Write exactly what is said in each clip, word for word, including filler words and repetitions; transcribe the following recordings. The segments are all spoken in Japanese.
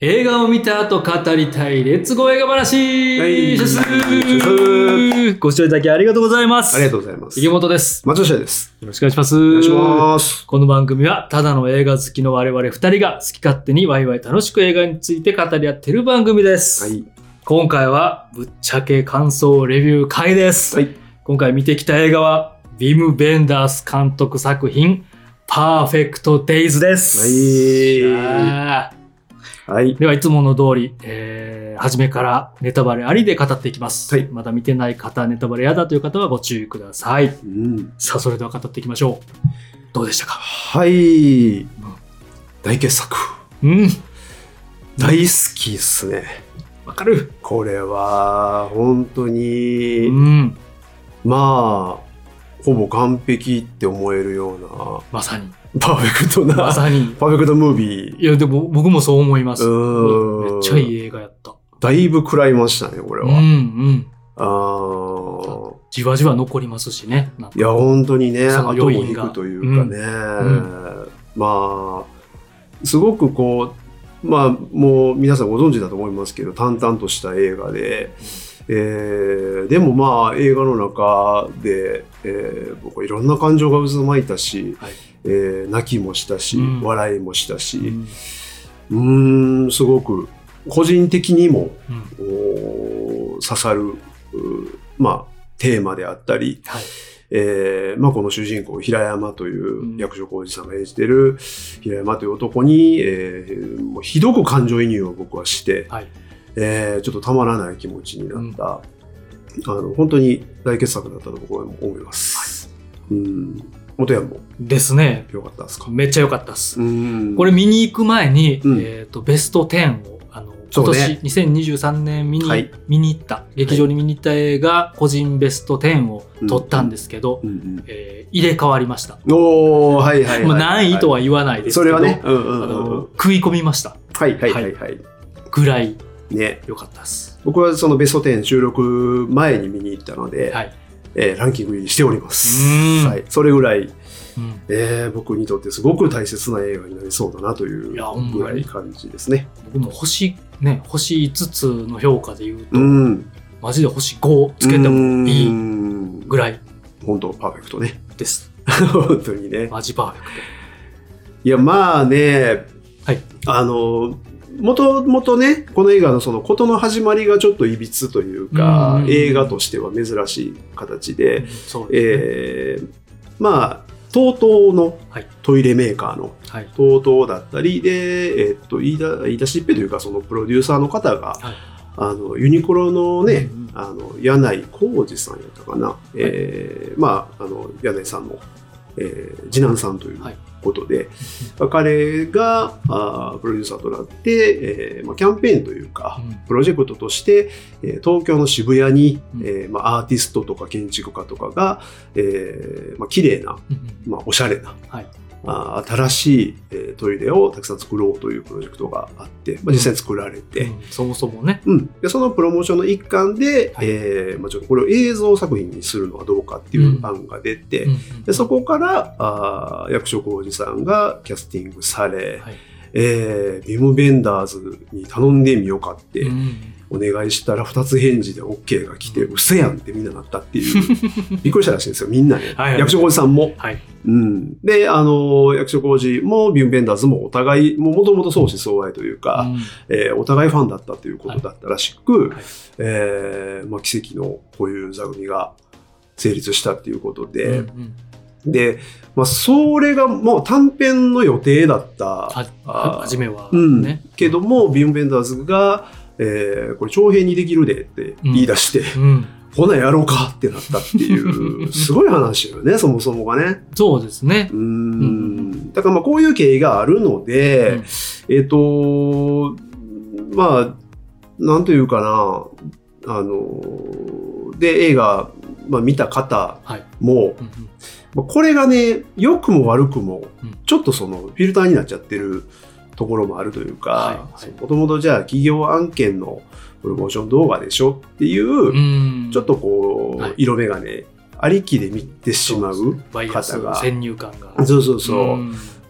映画を見た後語りたいレッツゴー映画話、 はい、 シャスご視聴いただきありがとうございます。 ありがとうございます。 池本です。 松下です。 よろしくお願いします。 お願いします。 この番組はただの映画好きの我々二人が好き勝手にワイワイ楽しく映画について語り合っている番組です。 はい、 今回はぶっちゃけ感想レビュー会です。はい、今回見てきた映画はヴィム・ベンダース監督作品パーフェクト・デイズです。 はいはい、 ではいつもの通り、えー、初めからネタバレありで語っていきます、はい、まだ見てない方、ネタバレやだという方はご注意ください、うん、さあそれでは語っていきましょう。どうでしたか？ はい、うん、大傑作、 うん、 大好きっすね。 わかる。 これは本当に、 うん、 まあほぼ完璧って思えるような、 まさにパーフェクトな、 まさにパーフェクトムービー。 いやでも僕もそう思います。 うん、 めっちゃいい映画やった。 だいぶ食らいましたねこれは。 うんうん。 あじわじわ残りますしね。 いや本当にね、後も引くというかね、うんうん、まあすごくこうまあもう皆さんご存知だと思いますけど淡々とした映画で。えー、でもまあ映画の中で、えー、僕はいろんな感情が渦巻いたし、はい、えー、泣きもしたし、うん、笑いもしたし、うん、うーんすごく個人的にも、うん、刺さる、まあ、テーマであったり、はい、えーまあ、この主人公平山という役所広司さんが演じてる平山という男に、えー、もうひどく感情移入を僕はして、はい、えー、ちょっとたまらない気持ちになった、うん、あの本当に大傑作だったと僕は思います、はい、うん、元山もですね。 よかったですか？ めっちゃ良かったです。 うん、 これ見に行く前に、うん、えーと、ベストじゅうをあの今年、ね、にせんにじゅうさんねん見に、はい、見に行った劇場に見に行った映画、個人ベストじゅうを取ったんですけど、うんうん、えー、入れ替わりました。 おー、はいはいはい、 まあ、何位とは言わないですけど、 それはね、うんうんうん、 あの食い込みました。 はいはいはいはい、 ぐらいね、 よかったです。 僕はそのベストじゅう収録前に見に行ったので、はい、えー、ランキング入りしております。はい、それぐらい、うん、えー、僕にとってすごく大切な映画になりそうだなというぐらい感じですね。 僕も星ね、星いつつの評価でいうと、うん、マジで星ごつけてもいいぐらい。 本当パーフェクトね。 です。 本当にね。 マジパーフェクト。 いやまあね、はい、あの。もともとね、この映画のその事の始まりがちょっといびつというか、うんうんうん、映画としては珍しい形で、うん、そうですね、えー、まあ トートー のトイレメーカーの トートー だったりで、えー、っと言いだ言い出しっぺというかそのプロデューサーの方が、はい、あのユニクロのね、うんうん、あの柳井浩二さんやったかな、はい、えー、まああの柳井さんの、えー、次男さんという、はい、ことで、彼があプロデューサーとなって、えーまあ、キャンペーンというか、うん、プロジェクトとして、えー、東京の渋谷に、うん、えーまあ、アーティストとか建築家とかが、えーまあ、綺麗な、まあ、おしゃれな、はい、あ新しい、えー、トイレをたくさん作ろうというプロジェクトがあって、まあ、実際に作られて、 うんうん、そもそもね、 うん、でそのプロモーションの一環で、はい、えーまあ、ちょっとこれを映像作品にするのはどうかっていう案が出て、うん、でそこからあ役所広司さんがキャスティングされ、はい、えー、ビム・ベンダーズに頼んでみようかって、うん、お願いしたらふたつ返事で OK が来て、うん、うせやんってみんななったっていうびっくりしたらしいんですよみんなね。はいはいはい、役所広司さんも、はい、うん、であの役所広司もビム・ベンダーズもお互いもともと相思相愛というか、うん、えー、お互いファンだったということだったらしく、はい、えーまあ、奇跡のこういう座組が成立したっていうことで、うんうん、で、まあ、それがもう短編の予定だった初めは、ね、 うん、けどもビム・ベンダーズが、えー、これ長編にできるでって言い出して、うんうん、ほなやろうかってなったっていうすごい話よねそもそもがね。 そうですね。 うーん、うん、だからまあこういう経緯があるので、うん、えっとまあなんというかな、あので映画、まあ、見た方も、はい、うんうん、これがね良くも悪くもちょっとそのフィルターになっちゃってるところもあるというか、もともとじゃあ企業案件のプロモーション動画でしょっていう、うん、ちょっとこう、はい、色眼鏡ありきで見てしまう方が先入観がそうそうそう、うん、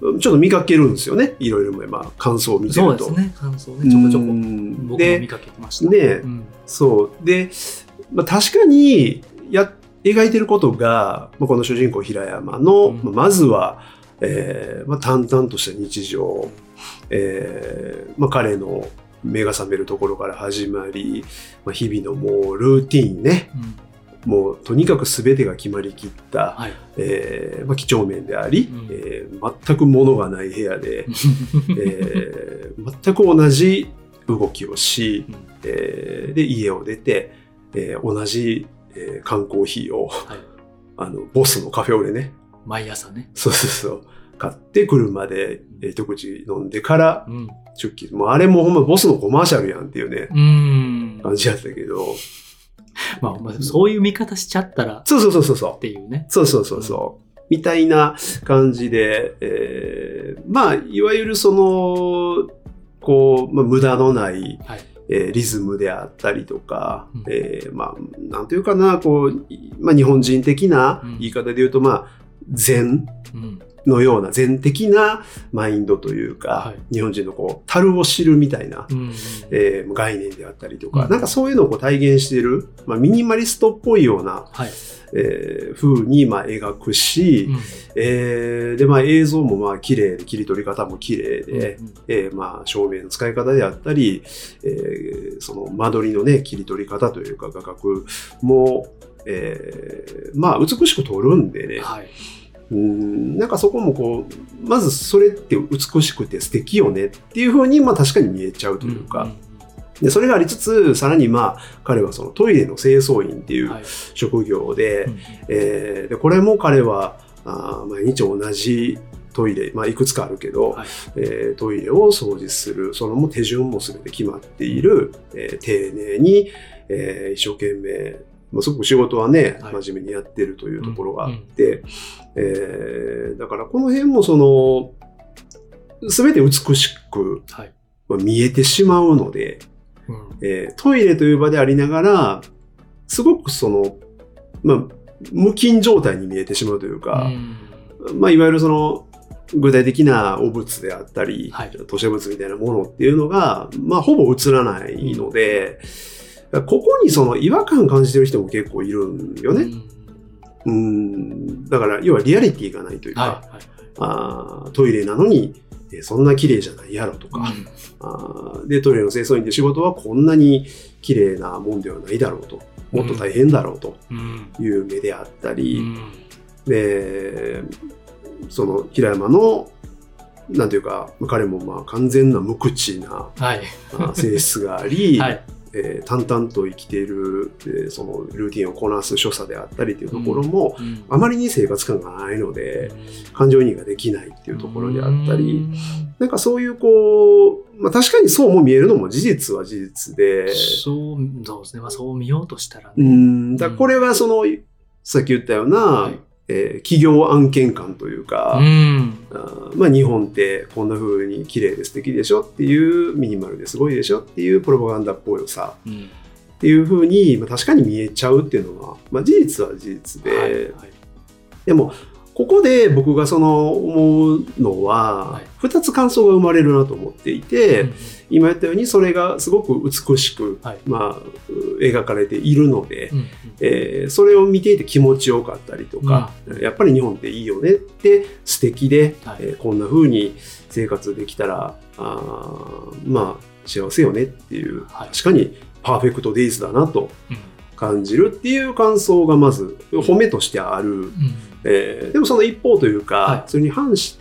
ちょっと見かけるんですよね。いろいろ、まあ、感想を見てると。 そうですね。感想ね。ちょこちょこ。僕も見かけてました。 で、ね、うん、そう。で、まあ、確かに、や、描いてることが、まあ、この主人公平山の、うん、まずは、えーまあ、淡々とした日常、えーまあ、彼の目が覚めるところから始まり、まあ、日々のもうルーティーンね、うん、もうとにかく全てが決まりきった、はい、えーまあ、几帳面であり、うんえー、全く物がない部屋で、えー、全く同じ動きをし、うんえー、で家を出て、えー、同じ、えー、缶コーヒーを、はい、あのボスのカフェオレね毎朝ねそうそうそう買って車で、えー、一口飲んでから出勤、うん、もうあれもほんまボスのコマーシャルやんっていうねうん感じやったけどまあ、そういう見方しちゃったらそうそうそうそうそうっていうねそうそうそうそう、うん、みたいな感じで、えー、まあいわゆるそのこう、まあ、無駄のない、はいえー、リズムであったりとか、うんえー、まあなんていうかなこう、まあ、日本人的な言い方で言うと、まあ禅、うんのような全的なマインドというか、はい、日本人のこう樽を知るみたいな、うんえー、概念であったりとか、うん、なんかそういうのをこう体現している、まあ、ミニマリストっぽいような、はいえー、風にまあ描くし、うんえー、でまあ映像もまあ綺麗で切り取り方も綺麗で、うんえー、まあ照明の使い方であったり、えー、その間取りのね切り取り方というか画角も、えー、まあ美しく撮るんでね。はいうんなんかそこもこうまずそれって美しくて素敵よねっていう風にまあ確かに見えちゃうというか、うんうん、でそれがありつつさらにまあ彼はそのトイレの清掃員っていう職業で、はいえー、でこれも彼はあ毎日同じトイレ、まあ、いくつかあるけど、はいえー、トイレを掃除するそのも手順も全て決まっている、えー、丁寧に、えー、一生懸命まあ、すごく仕事はね、はい、真面目にやってるというところがあって、うんえー、だからこの辺もその、すべて美しく、はいまあ、見えてしまうので、うんえー、トイレという場でありながら、すごくその、まあ、無菌状態に見えてしまうというか、うん、まあ、いわゆるその、具体的な汚物であったり、はい、吐瀉物みたいなものっていうのが、まあ、ほぼ映らないので、うんここにその違和感感じてる人も結構いるんよね。うん、うんだから要はリアリティがないというか、はいはい、あトイレなのにそんな綺麗じゃないやろとか、うん、あでトイレの清掃員って仕事はこんなに綺麗なもんではないだろうと、もっと大変だろうという目であったり、うん、でその平山のなんていうか彼もまあ完全な無口な、はい、性質があり、はいえー、淡々と生きている、えー、そのルーティンをこなす所作であったりというところも、うんうん、あまりに生活感がないので、うん、感情移入ができないっていうところであったり、うん、なんかそういうこう、まあ、確かにそうも見えるのも事実は事実でそう、そうですね、まあ、そう見ようとしたらねうんだこれはそのさっき言ったような、はいえー、企業案件感というか、うんあまあ、日本ってこんな風に綺麗で素敵でしょっていうミニマルですごいでしょっていうプロパガンダっぽいさ、うん、っていう風に、まあ、確かに見えちゃうっていうのは、まあ、事実は事実で、はいはい、でもここで僕がその思うのは、はい、ふたつ感想が生まれるなと思っていて、うん、今言ったようにそれがすごく美しく、はいまあ、描かれているので、うんうんえー、それを見ていて気持ちよかったりとか、うん、やっぱり日本っていいよねって素敵で、はいえー、こんな風に生活できたらあまあ幸せよねっていう、はい、確かにパーフェクトデイズだなと感じるっていう感想がまず褒めとしてある、うんえー、でもその一方というか、はい、それに反して、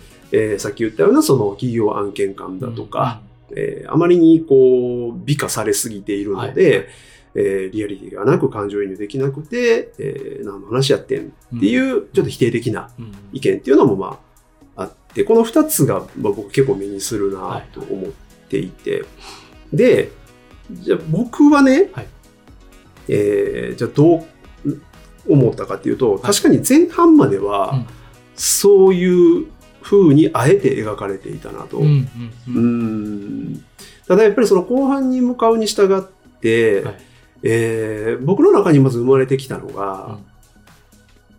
えー、さっき言ったようなその企業案件感だとか、うんえー、あまりにこう美化されすぎているので、はいえー、リアリティがなく感情移入できなくて、えー、何の話やってんっていうちょっと否定的な意見っていうのもまああってこの二つが、まあ、僕結構目にするなと思っていて、はい、でじゃあ僕はね、はいえー、じゃあどう思ったかっていうと、確かに前半まではそういう風にあえて描かれていたなと、うんうんうん、うんただやっぱりその後半に向かうに従って、はいえー、僕の中にまず生まれてきたのが、うん、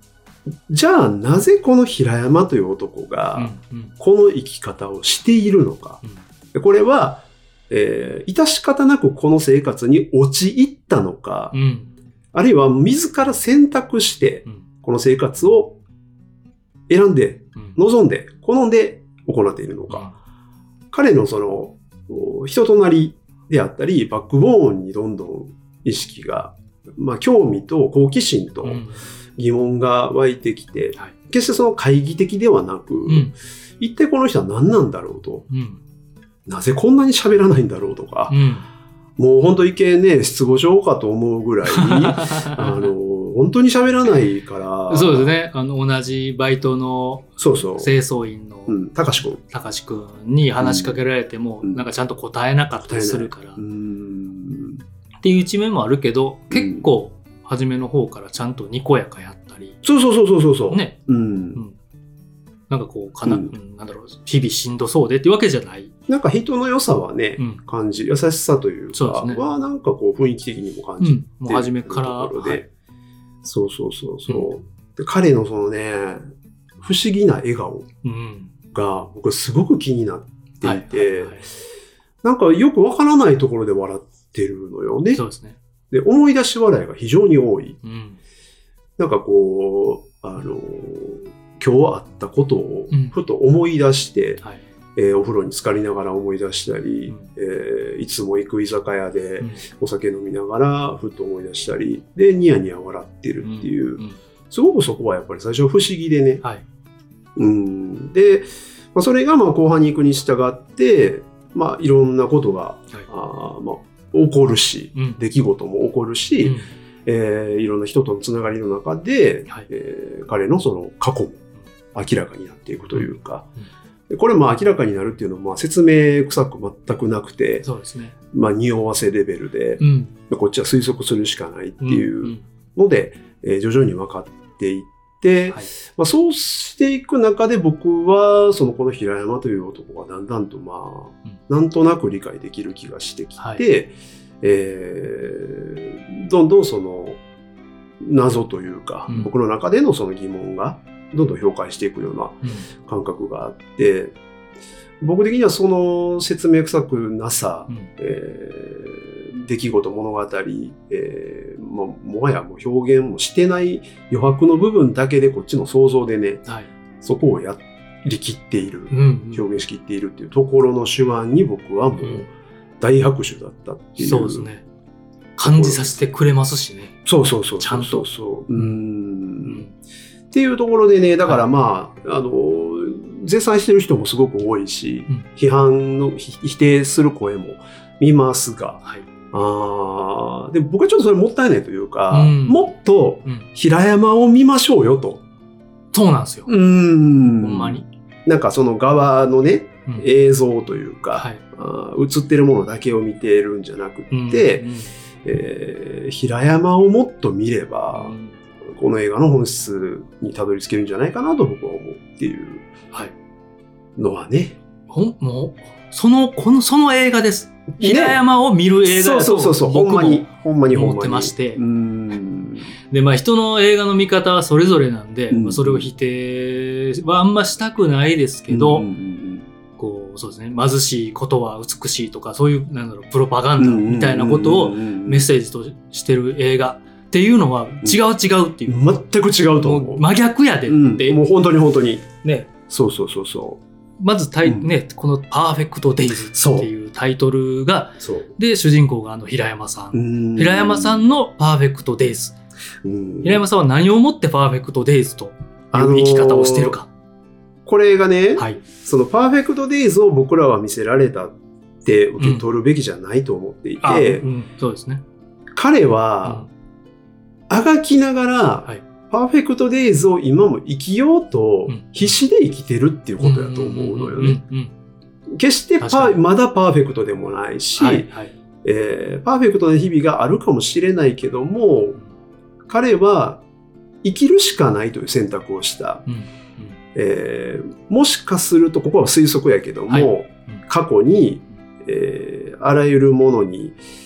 じゃあなぜこの平山という男がこの生き方をしているのか。うん、これは、えー、致し方なくこの生活に陥ったのか、うん、あるいは自ら選択してこの生活を選んで、うん、望んで、好んで行っているのか。うん、彼のその人となりであったり、バックボーンにどんどん意識が、まあ興味と好奇心と、うん疑問が湧いてきて、はい、決してその懐疑的ではなく、うん、一体この人は何なんだろうと、うん、なぜこんなに喋らないんだろうとか、うん、もう本当一見ね、失語症かと思うぐらい、あの、本当に喋らないから。 そうですね。あの、同じバイトの清掃員の、 たかしくん。 たかしくんに話しかけられても、うん、なんかちゃんと答えなかったりするから。うん、っていう一面もあるけど、結構、初めの方からちゃんとにこやかやったり。 そうそうそうそうそう。 ね。うん。うん、なんかこう、かな、うん、なんだろう、日々しんどそうでっていうわけじゃない。 なんか人の良さはね、うん、感じる。優しさというか、そうですね、はなんかこう雰囲気的にも感じる、 うん。もう初めから。 はい、そうそうそうそう、うんで。彼のそのね、不思議な笑顔が僕すごく気になっていて、はいはいはい、なんかよくわからないところで笑ってるのよね。 そうですね。 で、思い出し笑いが非常に多い。うん、なんかこう、あの、今日あったことをふと思い出して、うんはいえー、お風呂に浸かりながら思い出したり、うんえー、いつも行く居酒屋でお酒飲みながらふっと思い出したり、で、ニヤニヤ笑ってるっていう、うんうん、すごくそこはやっぱり最初不思議でね。はいうん、で、まあ、それがまあ後半に行くに従って、まあいろんなことが、はいあまあ起こるし、うん、出来事も起こるし、うんえー、いろんな人とのつながりの中で、はいえー、彼のその過去も明らかになっていくというか、うん、これも明らかになるっていうのはまあ説明臭く全くなくて、そうですね、まあ匂わせレベルで、うん、こっちは推測するしかないっていうので、うんうんえー、徐々に分かっていって、はいまあ、そうしていく中で僕はそのこの平山という男がだんだんとまあ、うん、なんとなく理解できる気がしてきて、はいえー、どんどんその謎というか、うん、僕の中でのその疑問がどんどん氷解していくような感覚があって、うん、僕的にはその説明臭くなさ、うんえー、出来事物語、えー、も, もはやもう表現もしてない余白の部分だけでこっちの想像でね、はい、そこをやりきっている、うんうん、表現しきっているっていうところの手腕に僕はもう、うん大拍手だったっていう。 そうですね。感じさせてくれますしね。 そうそうそう。 ちゃんと。 そう。うん。っていうところでね、だからまあ、はい、あの、絶賛してる人もすごく多いし、うん、批判の、否定する声も見ますが、はい、あで僕はちょっとそれもったいないというか、うん、もっと平山を見ましょうよと。 そうなんですよ。 うん。ほんまに。なんかその側のね、うん、映像というか、はいあ映ってるものだけを見てるんじゃなくって、うんうんえー、平山をもっと見れば、うん、この映画の本質にたどり着けるんじゃないかなと僕は思うっていうのはね。 ほんもうそのこのその映画です。平山を見る映画だと僕も思ってまして、うんでまあ人の映画の見方はそれぞれなんで、うんまあ、それを否定はあんましたくないですけど。うんうんこうそうですね、貧しいことは美しいとかそういうなんだろうプロパガンダみたいなことをメッセージとしてる映画っていうのは違う違うっていう、 うん、全く違うと思う。 真逆やでって、うん、 もう本当に本当にねそうそうそうそうまずタイ、うん、ねこのパーフェクトデイズっていうタイトルがで主人公があの平山さん平山さんのパーフェクトデイズ平山さんは何をもってパーフェクトデイズという生き方をしてるか、あのーこれがね、はい、そのパーフェクトデイズを僕らは見せられたって受け取るべきじゃないと思っていて、 うんうん、そうですね。 彼は、あがきながら、はい、パーフェクトデイズを今も生きようと必死で生きてるっていうことだと思うのよね。決してパまだパーフェクトでもないし、はいはいえー、パーフェクトな日々があるかもしれないけども、彼は生きるしかないという選択をした。うんえー、もしかするとここは推測やけども、はいうん、過去に、えー、あらゆるものに、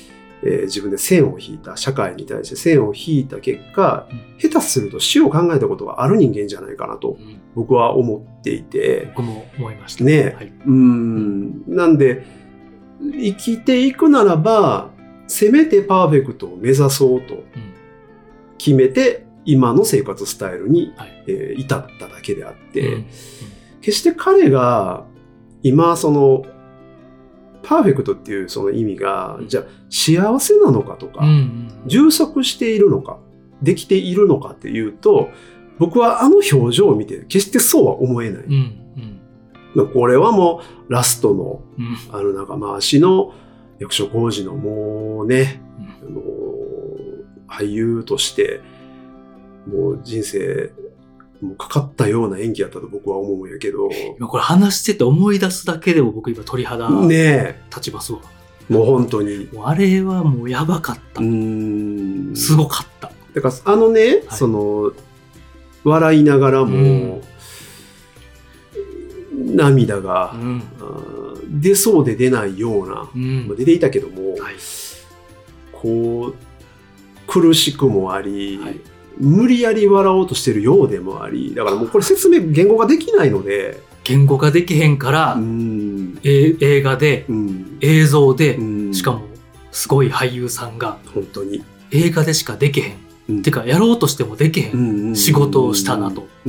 えー、自分で線を引いた、社会に対して線を引いた結果、うん、下手すると死を考えたことがある人間じゃないかなと、僕は思っていて。 僕も思いました。 ね。 はい、 うん。なんで、生きていくならば、せめてパーフェクトを目指そうと決めて、今の生活スタイルに、はいえー、至っただけであって、うんうん、決して彼が今そのパーフェクトっていうその意味が、じゃあ幸せなのかとか、うんうん、充足しているのか、できているのかっていうと、僕はあの表情を見て決してそうは思えない。うんうん、これはもうラストの、うん、あのなんか回しの役所広司のもうね、うん、あの俳優としてもう人生もうかかったような演技やったと僕は思うんやけど、 今これ話してて思い出すだけでも僕今鳥肌立ちますわ。ねえ、もう本当に。 もうあれはもうやばかった。うーん、すごかった。 だからあのね、はい、その笑いながらも、うん、涙が、うん、出そうで出ないような、うん、出ていたけども、はい、こう苦しくもあり、はい、無理やり笑おうとしてるようでもあり、だからもうこれ説明言語ができないので、 言語ができへんから、うん、え映画で、うん、映像で、うん、しかもすごい俳優さんが本当に映画でしかできへん、うん、てかやろうとしてもできへん仕事をしたなと、うん、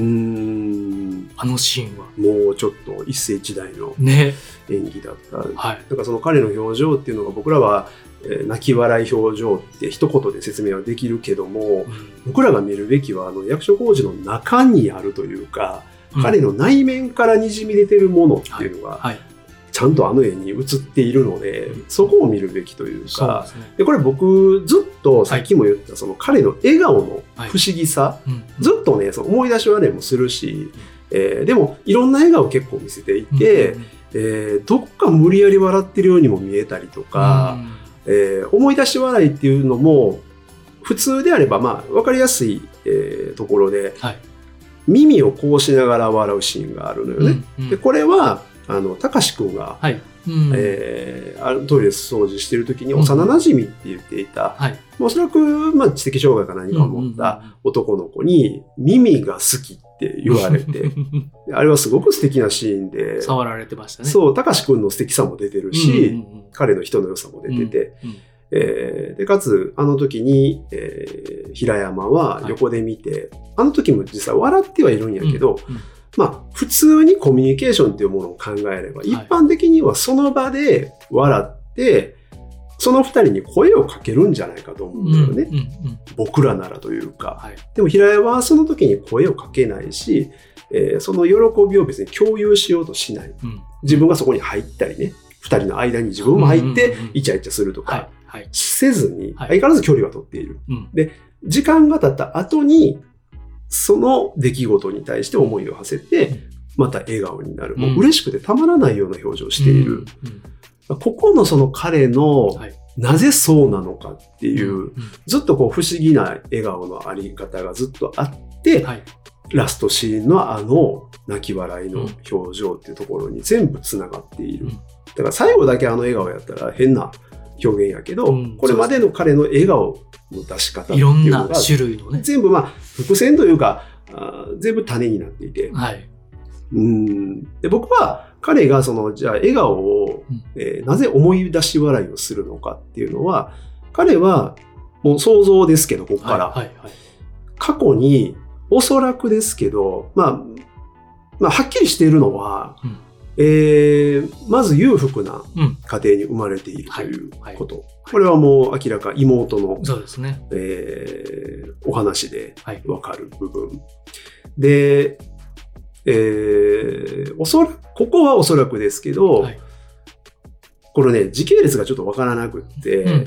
あのシーンはもうちょっと一世一代の演技だった、ね、はい、だからその彼の表情っていうのが僕らは泣き笑い表情って一言で説明はできるけども、うん、僕らが見るべきはあの役所広司の中にあるというか、うん、彼の内面からにじみ出てるものっていうのが、はいはい、ちゃんとあの絵に映っているので、うん、そこを見るべきというか、で、ね、でこれ僕ずっとさっきも言ったその彼の笑顔の不思議さ、はいうん、ずっとねその思い出し笑いもするし、うんえー、でもいろんな笑顔を結構見せていて、うんえー、どこか無理やり笑ってるようにも見えたりとか、うんえー、思い出し笑いっていうのも普通であればまあ分かりやすい、えー、ところで、はい、耳をこうしながら笑うシーンがあるのよね。うんうん、でこれはあのたかしくんが、はいうんえー、トイレ掃除してる時に幼なじみって言っていた、うんはい、おそらく、まあ、知的障害か何かを持った男の子に耳が好きって言われてあれはすごく素敵なシーンで触られてましたね。 そう、たかしくんの素敵さも出てるし、うんうんうん、彼の人の良さも出てて、うんうんえー、でかつあの時に、えー、平山は横で見て、はい、あの時も実際笑ってはいるんやけど、うんうん、まあ普通にコミュニケーションっていうものを考えれば、はい、一般的にはその場で笑ってその二人に声をかけるんじゃないかと思うんだよね、うんうんうん、僕らならというか、はい、でも平山はその時に声をかけないし、えー、その喜びを別に共有しようとしない、うん、自分がそこに入ったりね、二人の間に自分も入ってイチャイチャするとか、うんうんうんはい、せずに相変わらず距離は取っている、はい、で時間が経った後にその出来事に対して思いを馳せてまた笑顔になる、うん、もう嬉しくてたまらないような表情をしている、うんうん、ここのその彼の、はい、なぜそうなのかっていう、うんうん、ずっとこう不思議な笑顔のあり方がずっとあって、はい、ラストシーンのあの泣き笑いの表情っていうところに全部つながっている、うん、だから最後だけあの笑顔やったら変な表現やけど、うん、これまでの彼の笑顔の出し方っていうのがいろんな種類のね全部まあ伏線というかあ全部種になっていて、はい、うんで僕は彼がそのじゃあ笑顔を、うんえー、なぜ思い出し笑いをするのかっていうのは彼はもう想像ですけどここから、はいはいはい、過去におそらくですけど、まあ、まあはっきりしているのは、うんえー、まず裕福な家庭に生まれているということ、うんはいはい、これはもう明らか妹のそうですね、 えー、お話でわかる部分、はい、で、えー、おそらくここはおそらくですけど、はい、これね時系列がちょっとわからなくって、うんうんうん、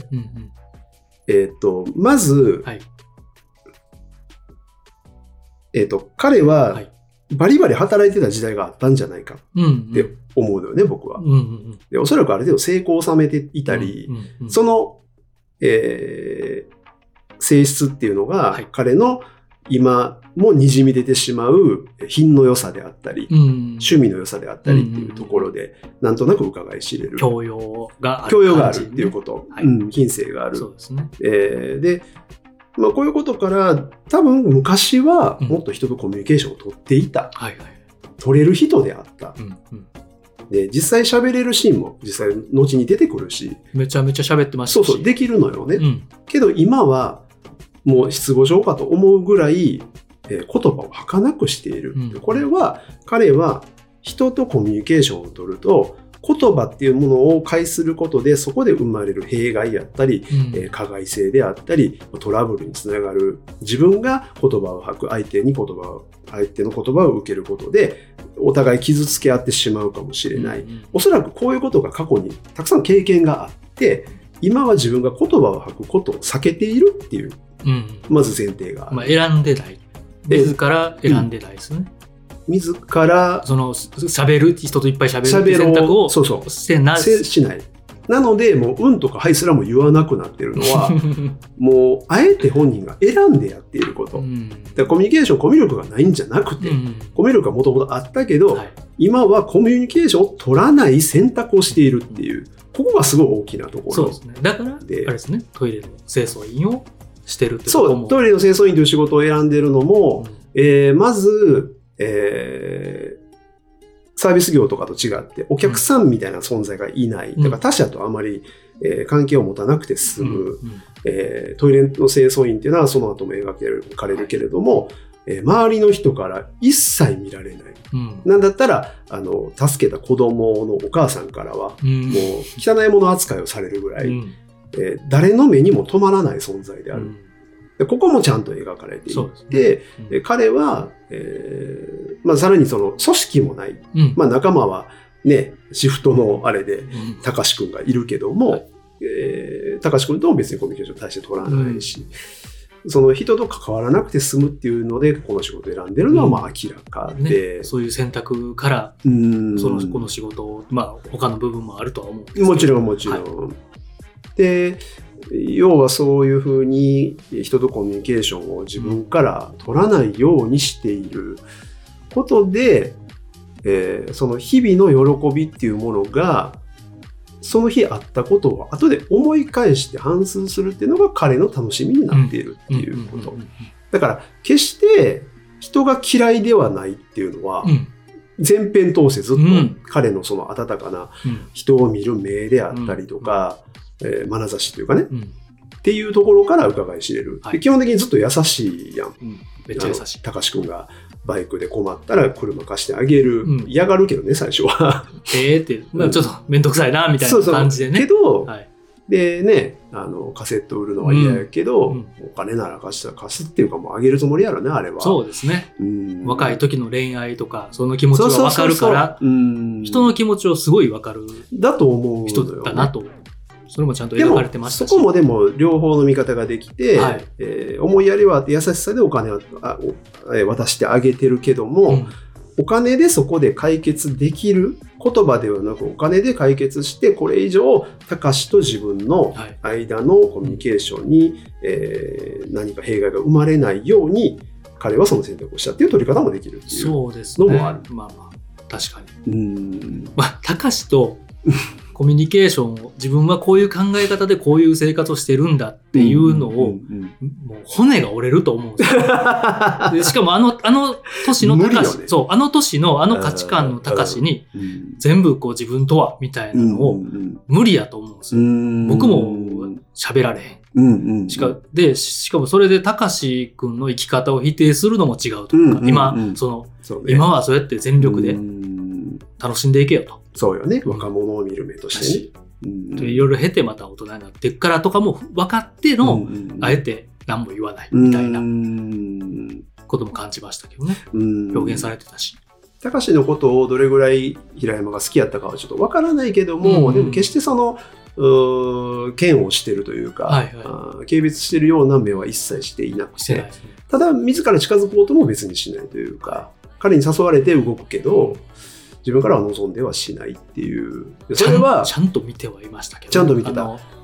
えーと、まず、はいえーと、彼は、はいバリバリ働いてた時代があったんじゃないかって思うのよね、うんうん、僕は、うんうん。でおそらくある程度成功を収めていたり、うんうんうん、その、えー、性質っていうのが、はい、彼の今もにじみ出てしまう品の良さであったり、うん、趣味の良さであったりっていうところで、うん、なんとなく伺い知れる。 教養がある、ね。 教養があるっていうこと。はい、うん、品性がある。 そうですね。 えー、で、まあ、こういうことから多分昔はもっと人とコミュニケーションを取っていた。うんはいはい、取れる人であった。うんうんで、実際喋れるシーンも実際後に出てくるし。 めちゃめちゃ喋ってましたし。 そうそう、できるのよね。うん、けど今はもう失語症かと思うぐらい、えー、言葉を儚くしている。うん、これは彼は人とコミュニケーションを取ると言葉っていうものを介することでそこで生まれる弊害やったり、うんえー、加害性であったりトラブルにつながる自分が言葉を吐く相手に言葉を相手の言葉を受けることでお互い傷つけ合ってしまうかもしれない、うん、おそらくこういうことが過去にたくさん経験があって今は自分が言葉を吐くことを避けているっていう、うん、まず前提がある、 まあ、選んでない自ら選んでないですね、 うん、自らその喋る人といっぱい喋る選択をそうそうしてないしないなのでもううんとかはいすらも言わなくなってるのはもうあえて本人が選んでやっていること、うん、だからコミュニケーションコミュ力がないんじゃなくて、うん、コミュ力はもともとあったけど、はい、今はコミュニケーションを取らない選択をしているっていうここがすごい大きなところそうですねだからあれですねトイレの清掃員をしてるってこともそうトイレの清掃員という仕事を選んでるのも、うんえー、まず、えーサービス業とかと違ってお客さんみたいな存在がいない、うん、だから他者とあまり、えー、関係を持たなくて済む、うんうんえー、トイレの清掃員っていうのはその後も描かれるけれども、えー、周りの人から一切見られない、うん、なんだったらあの助けた子供のお母さんからは、うん、もう汚いもの扱いをされるぐらい、うんえー、誰の目にも止まらない存在である、うんここもちゃんと描かれていて、ねうん、彼は、えーまあ、さらにその組織もない、うんまあ、仲間はねシフトのあれで高志くんがいるけども、うんえー、高志くんとも別にコミュニケーション大して取らないし、うん、その人と関わらなくて済むっていうのでこの仕事を選んでるのはまあ明らかで、 うんね、そういう選択からうんそのこの仕事を、まあ、他の部分もあるとは思うんですけどもちろんもちろん、はい、で要はそういうふうに人とコミュニケーションを自分から取らないようにしていることで、えー、その日々の喜びっていうものがその日あったことを後で思い返して反芻するっていうのが彼の楽しみになっているっていうこと。だから決して人が嫌いではないっていうのは、前編通してずっと彼のその温かな人を見る目であったりとか、えー、眼差しというかね、うん、っていうところから伺い知れる、はい、基本的にずっと優しいやん、うん、 めっちゃ優しい高志くんがバイクで困ったら車貸してあげる、うん、嫌がるけどね最初はええって、まあ、ちょっと面倒くさいなみたいな感じでねそうそうけど、はい、でねあのカセット売るのは嫌やけど、うん、お金なら貸したら貸すっていうかもうあげるつもりやろねあれはそうですね、うん、若い時の恋愛とかその気持ちは分かるから人の気持ちをすごい分かるだと思う人だなとそれもちゃんと描かれてましたしそこもでも両方の見方ができて、はいえー、思いやりはあって優しさでお金を渡してあげてるけども、うん、お金でそこで解決できる言葉ではなくお金で解決してこれ以上高志と自分の間のコミュニケーションに、はいえー、何か弊害が生まれないように彼はその選択をしたっていう取り方もできるっていうのもある。そうですね。まあまあ確かに。うんまあ高志とコミュニケーションを自分はこういう考え方でこういう生活をしてるんだっていうのを、うんうんうん、もう骨が折れると思うんですよ。でしかもあの、あの年の高志、ね、そう、あの年のあの価値観の高志に全部こう自分とはみたいなのを無理やと思うんですよ。うん、僕も喋られへん。うんうんうん、しかでしかもそれで高志くんの生き方を否定するのも違うというか、うんうんうん、今そのそう、ね、今はそうやって全力で楽しんでいけよと。 そうよね。若者を見る目としてね。 うん、いろいろ経てまた大人になっていくからとかも分かっての、うんうんうん、あえて何も言わないみたいなことも感じましたけどね。うん表現されてたし。 高志のことをどれぐらい平山が好きやったかはちょっと分からないけども、うん、でも決してそのう嫌悪してるというか、はいはい、あ軽蔑してるような目は一切していなくて、ね、ただ自ら近づこうとも別にしないというか、彼に誘われて動くけど自分からは望んではしないっていう。それはちゃんと見てはいましたけど、 ちゃんと見てた。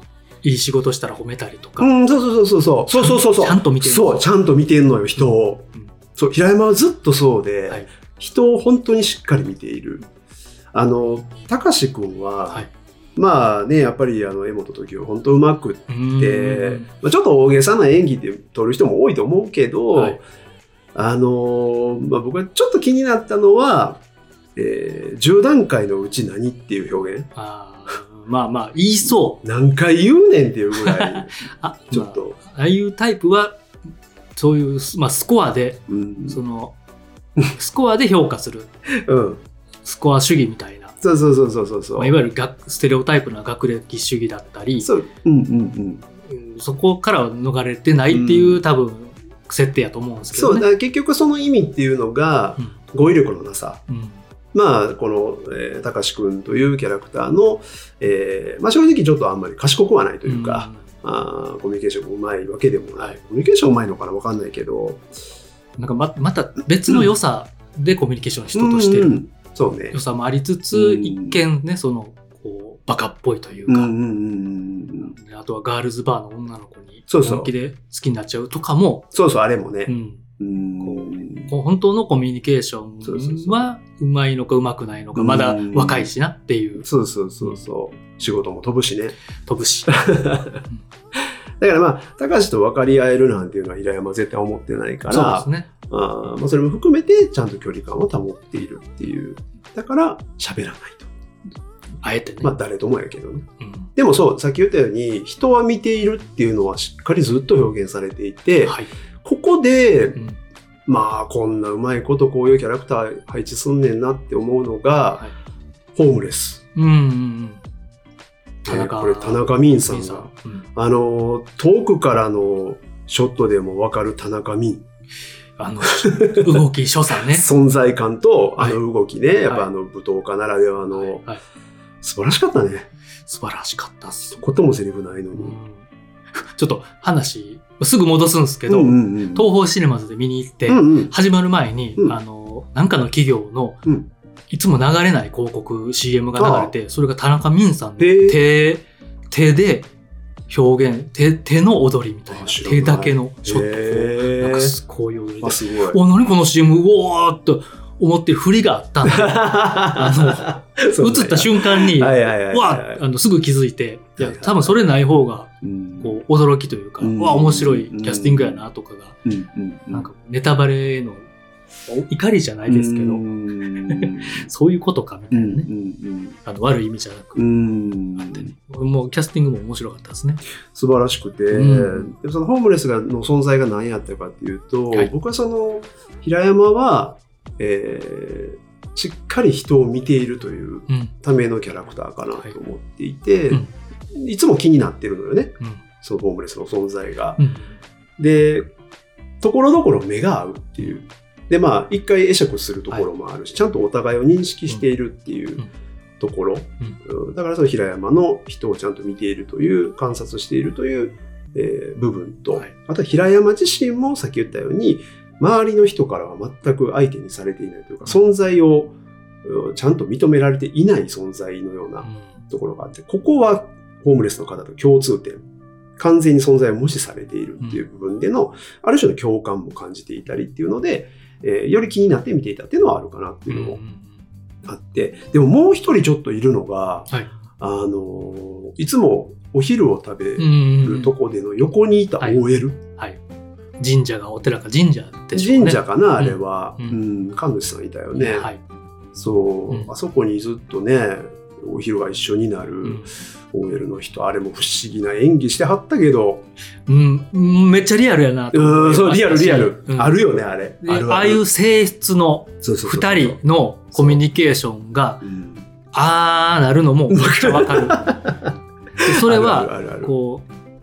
いい仕事したら褒めたりとか。 うん、そうそうそうそう。そうそうそうそう。 ちゃんと見てる。 そう、ちゃんと見てんのよ、人を。うんうん、そう、平山はずっとそうで、はい、人を本当にしっかり見ている。あの、高志くんは、はい、まあね、やっぱりあの、江本時生本当うまくって、まあ、ちょっと大げさな演技で撮る人も多いと思うけど、はい、あの、まあ、僕はちょっと気になったのは、えー、じゅう段階のうち何っていう表現。 あまあまあ言いそう。 何回言うねんっていうぐらい。あ、ちょっと、 まあ。ああいうタイプは、そういう、まあ、スコアで、うん、その、スコアで評価する。うん。スコア主義みたいな。 そうそうそうそうそう、 まあ、いわゆるステレオタイプな学歴主義だったり。 そう。うんうんうん。そこからは逃れてないっていう、うん、多分、設定やと思うんですけどね。 そう、だから結局その意味っていうのが、うん、語彙力のなさ。うんまあ、この、えー、高志くんというキャラクターの、えー、まあ正直ちょっとあんまり賢くはないというか、うん、あコミュニケーションが上手いわけでもない。コミュニケーション上手いのかなわかんないけど。 なんかま、また別の良さでコミュニケーション人としてる、うん、 そうね。 良さもありつつ、うん、一見ね、その、こう、バカっぽいというか、うんうんうんうん、あとはガールズバーの女の子に本気で好きになっちゃうとかも、 そうそう、あれもね。 うんうんこう本当のコミュニケーションはうまいのかうまくないのかまだ若いしなっていう。 そうそうそうそう。仕事も飛ぶしね。 飛ぶし。 だからまあ高橋と分かり合えるなんていうのは平山は絶対思ってないから。 そうですね。 あまあそれも含めてちゃんと距離感を保っているっていう。だから喋らないと。 あえてね。 まあ誰ともやけどね。うん、でもそうさっき言ったように人は見ているっていうのはしっかりずっと表現されていて。はいここで、うん、まあこんなうまいことこういうキャラクター配置すんねんなって思うのが、はい、ホームレス。 うんうんうん田中これ田中泯さんが、うん、あの遠くからのショットでも分かる田中泯。 あの動き所作ね。 存在感とあの動きね、はい、やっぱあの舞踏家ならではの、はいはい、素晴らしかったね。 素晴らしかったっす。 こともセリフないのに。うんちょっと話、すぐ戻すんですけど、うんうんうん、東宝シネマズで見に行って、うんうん、始まる前に、うん、あの、なんかの企業の、うん、いつも流れない広告、シーエム が流れて、それが田中泯さんの手、手で表現、手、手の踊りみたいな、手だけのショットを、なんかこういう踊りで、 すごい。 お、何この シーエム、うおーっと思ってる振りがあったんで、あの、映った瞬間に、わあの、すぐ気づいて、いや、多分それない方が、こう、驚きというか、うん、わあ、面白いキャスティングやなとかが、うん、なんかネタバレの怒りじゃないですけど、うん、そういうことかみたいなね、うん、あの悪い意味じゃなく、うん、あってね、もうキャスティングも面白かったですね。 素晴らしくて、うん、でそのホームレスがの存在が何やったかっていうと、はい、僕はその平山は、えー、しっかり人を見ているというためのキャラクターかなと思っていて、うんはい、いつも気になってるのよね、うん、そのホームレスの存在が、うん、でところどころ目が合うっていうでまあ一回会釈するところもあるし、はい、ちゃんとお互いを認識しているっていうところ、うん、だからその平山の人をちゃんと見ているという観察しているという、えー、部分と、はい、あとは平山自身もさっき言ったように周りの人からは全く相手にされていないというか、存在をちゃんと認められていない存在のようなところがあって、ここはホームレスの方と共通点、完全に存在を無視されているっていう部分での、ある種の共感も感じていたりっていうので、えー、より気になって見ていたっていうのはあるかなっていうのもあって、でももう一人ちょっといるのが、はい、あのいつもお昼を食べるとこでの横にいた オーエル、 はいはい神社がお寺か神社でしょうね。 神社かなあれは、うんうん、神主さんいたよね、はい、そう、うん、あそこにずっとねお昼が一緒になる オーエル の人、あれも不思議な演技してはったけど、 うん、めっちゃリアルやなと思いましたし、 うん、そうリアルリアル、うん、あるよねあれ あ, るあ, るああいう性質のふたりのコミュニケーションがあーなるのもめっちゃわかるでそれはこ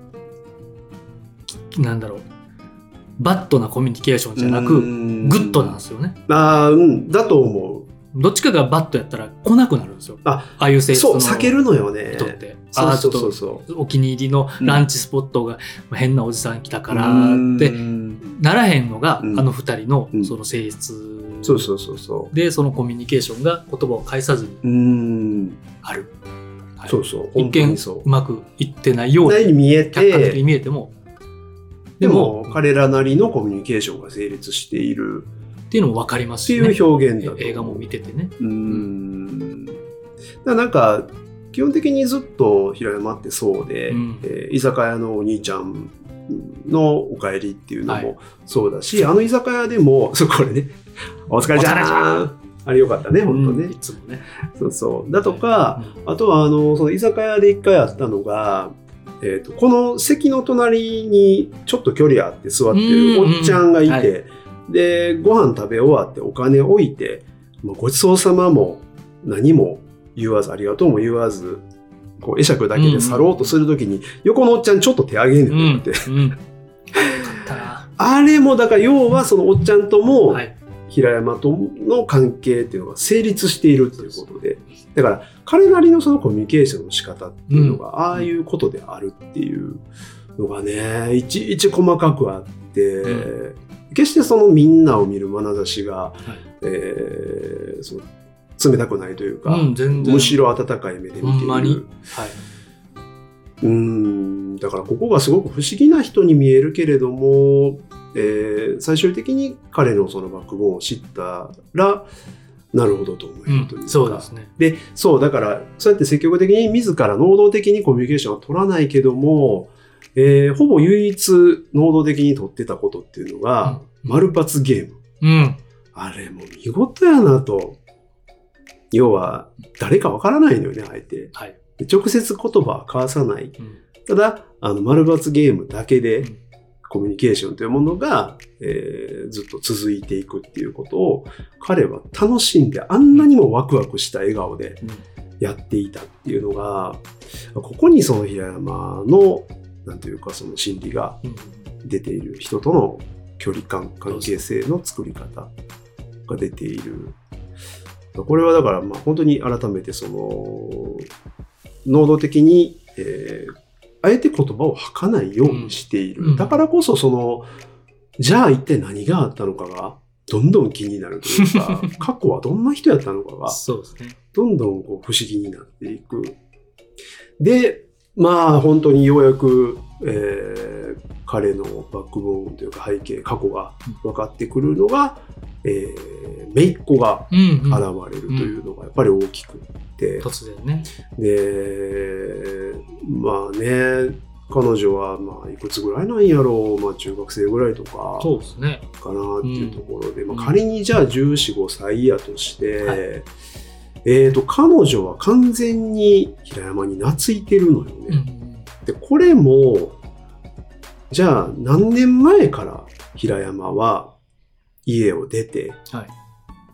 うなんだろうバッドなコミュニケーションじゃなくグッドなんですよね。 ああ、うんだと思う。 どっちかがバッドやったら来なくなるんですよ。ああいう性質のそう避けるのよね。 人ってああちょっとお気に入りのランチスポットが、うん、変なおじさん来たからってならへんのが、うん、あの二人のその性質、うん、 そうそうそうそうでそのコミュニケーションが言葉を介さずにある。 はい、 そうそう。 一見うまくいってないように見えて、 客観的に見えても、 でも彼らなりのコミュニケーションが成立しているっていうのも分かりますし、ね、 っていう表現だと映画も見ててね。 うーん。だからなんか基本的にずっと平山ってそうで、うん、えー、居酒屋のお兄ちゃんのお帰りっていうのもそうだし、はい、あの居酒屋でもそうこれね、お疲れちゃん。あれよかったね、本当ね。 うん、いつもね。 そうそう。だとか、うん、あとはあのその居酒屋で一回あったのが、えーと、この席の隣にちょっと距離あって座ってるおっちゃんがいて、うんうん、はい、でご飯食べ終わってお金置いて、もうごちそうさまも何も言わずありがとうも言わず、こう会釈だけで去ろうとするときに、うんうん、横のおっちゃんちょっと手上げんねんって、うんうん、あれもだから要はそのおっちゃんとも、はい、平山との関係っていうのが成立しているということで、だから彼なりのそのコミュニケーションの仕方っていうのが、ああいうことであるっていうのがね、いちいち細かくあって、うん、決してそのみんなを見る眼差しが、はい、えー、その冷たくないというか、うん、全然むしろ温かい目で見ている。ほんまに、はい、うーん、だからここがすごく不思議な人に見えるけれども、えー、最終的に彼のそのバックボーンを知ったらなるほどと思えるというか、うん、そうですね。で、そうだからそうやって積極的に自ら能動的にコミュニケーションは取らないけども、えー、ほぼ唯一能動的に取ってたことっていうのが、うん、丸抜ゲーム、うん、あれも見事やなと。要は誰かわからないのよね、相手、はい、直接言葉は交わさない、うん、ただあの丸抜ゲームだけで、うん、コミュニケーションというものが、えー、ずっと続いていくっていうことを彼は楽しんで、あんなにもワクワクした笑顔でやっていたっていうのが、ここにその平山のなんていうかその心理が出ている、人との距離感、関係性の作り方が出ている。これはだからまあ本当に改めてその能動的に、えーあえて言葉を吐かないようにしている。うん、だからこそ、その、じゃあ一体何があったのかが、どんどん気になるというか、過去はどんな人やったのかが、そうですね、どんどんこう不思議になっていく。で、まあ本当にようやく、えー、彼のバックボーンというか背景、過去が分かってくるのが、えー、姪っ子が現れるというのがやっぱり大きくて、 うん、突然ね。 で、まあね、彼女はまあいくつぐらいなんやろう、まあ中学生ぐらいとかそうですねかなっていうところで、うん、まあ、仮にじゃあじゅうよん、ごさいやとして、はい、えーと彼女は完全に平山に懐いてるのよね。うん、でこれもじゃあ何年前から平山は家を出て、はい、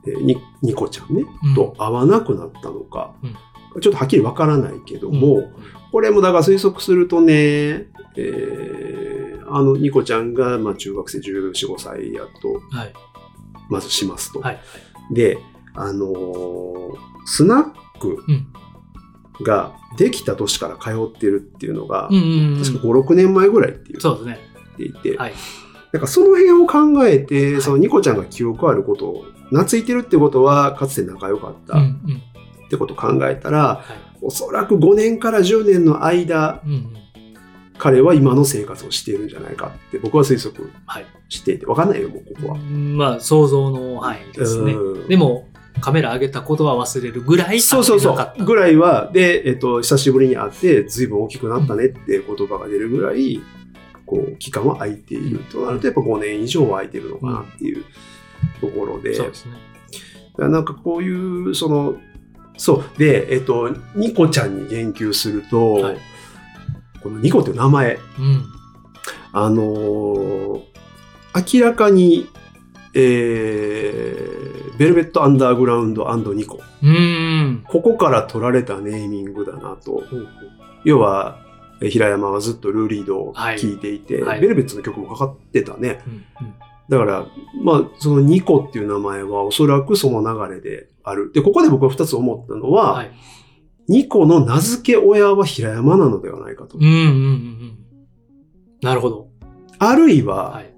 でにニコちゃんね、うん、と会わなくなったのか、うん、ちょっとはっきりわからないけども、うん、これもだから推測するとね、えー、あのニコちゃんがまあ中学生じゅうよん、ごさいやと、はい、まずしますと、はいはい、で、あのー、スナックができた年から通ってるっていうのが、うんうんうん、確かご、ろくねんまえぐらいって言っていて、はい、だからその辺を考えて、はい、そのニコちゃんが記憶あることを懐いてるってことはかつて仲良かったってことを考えたら、うんうん、はい、おそらくごねんからじゅうねんの間、うんうん、彼は今の生活をしているんじゃないかって僕は推測していて、分かんないよもうここは。 まあ想像の範囲ですね。でもカメラ上げたことは忘れるぐらいそうそうそうぐらいはで、えっと、久しぶりに会って随分大きくなったねって言葉が出るぐらい、こう期間は空いているとなるとやっぱごねん以上は空いてるのかなっていうところで、うん、そうですね。だからなんかこういうそのそうで、えっと、ニコちゃんに言及すると、はい、このニコっていう名前、うん、あのー、明らかに、えー、ベルベットアンダーグラウンド&ニコ、うん、ここから取られたネーミングだなと、うん、要は平山はずっとルーリードを聴いていて、はい、ベルベッツの曲もかかってたね、うんうん、だからまあそのニコっていう名前はおそらくその流れである。でここで僕は二つ思ったのは、はい、ニコの名付け親は平山なのではないかと、うんうんうんうん、 なるほど。 あるいは、はい、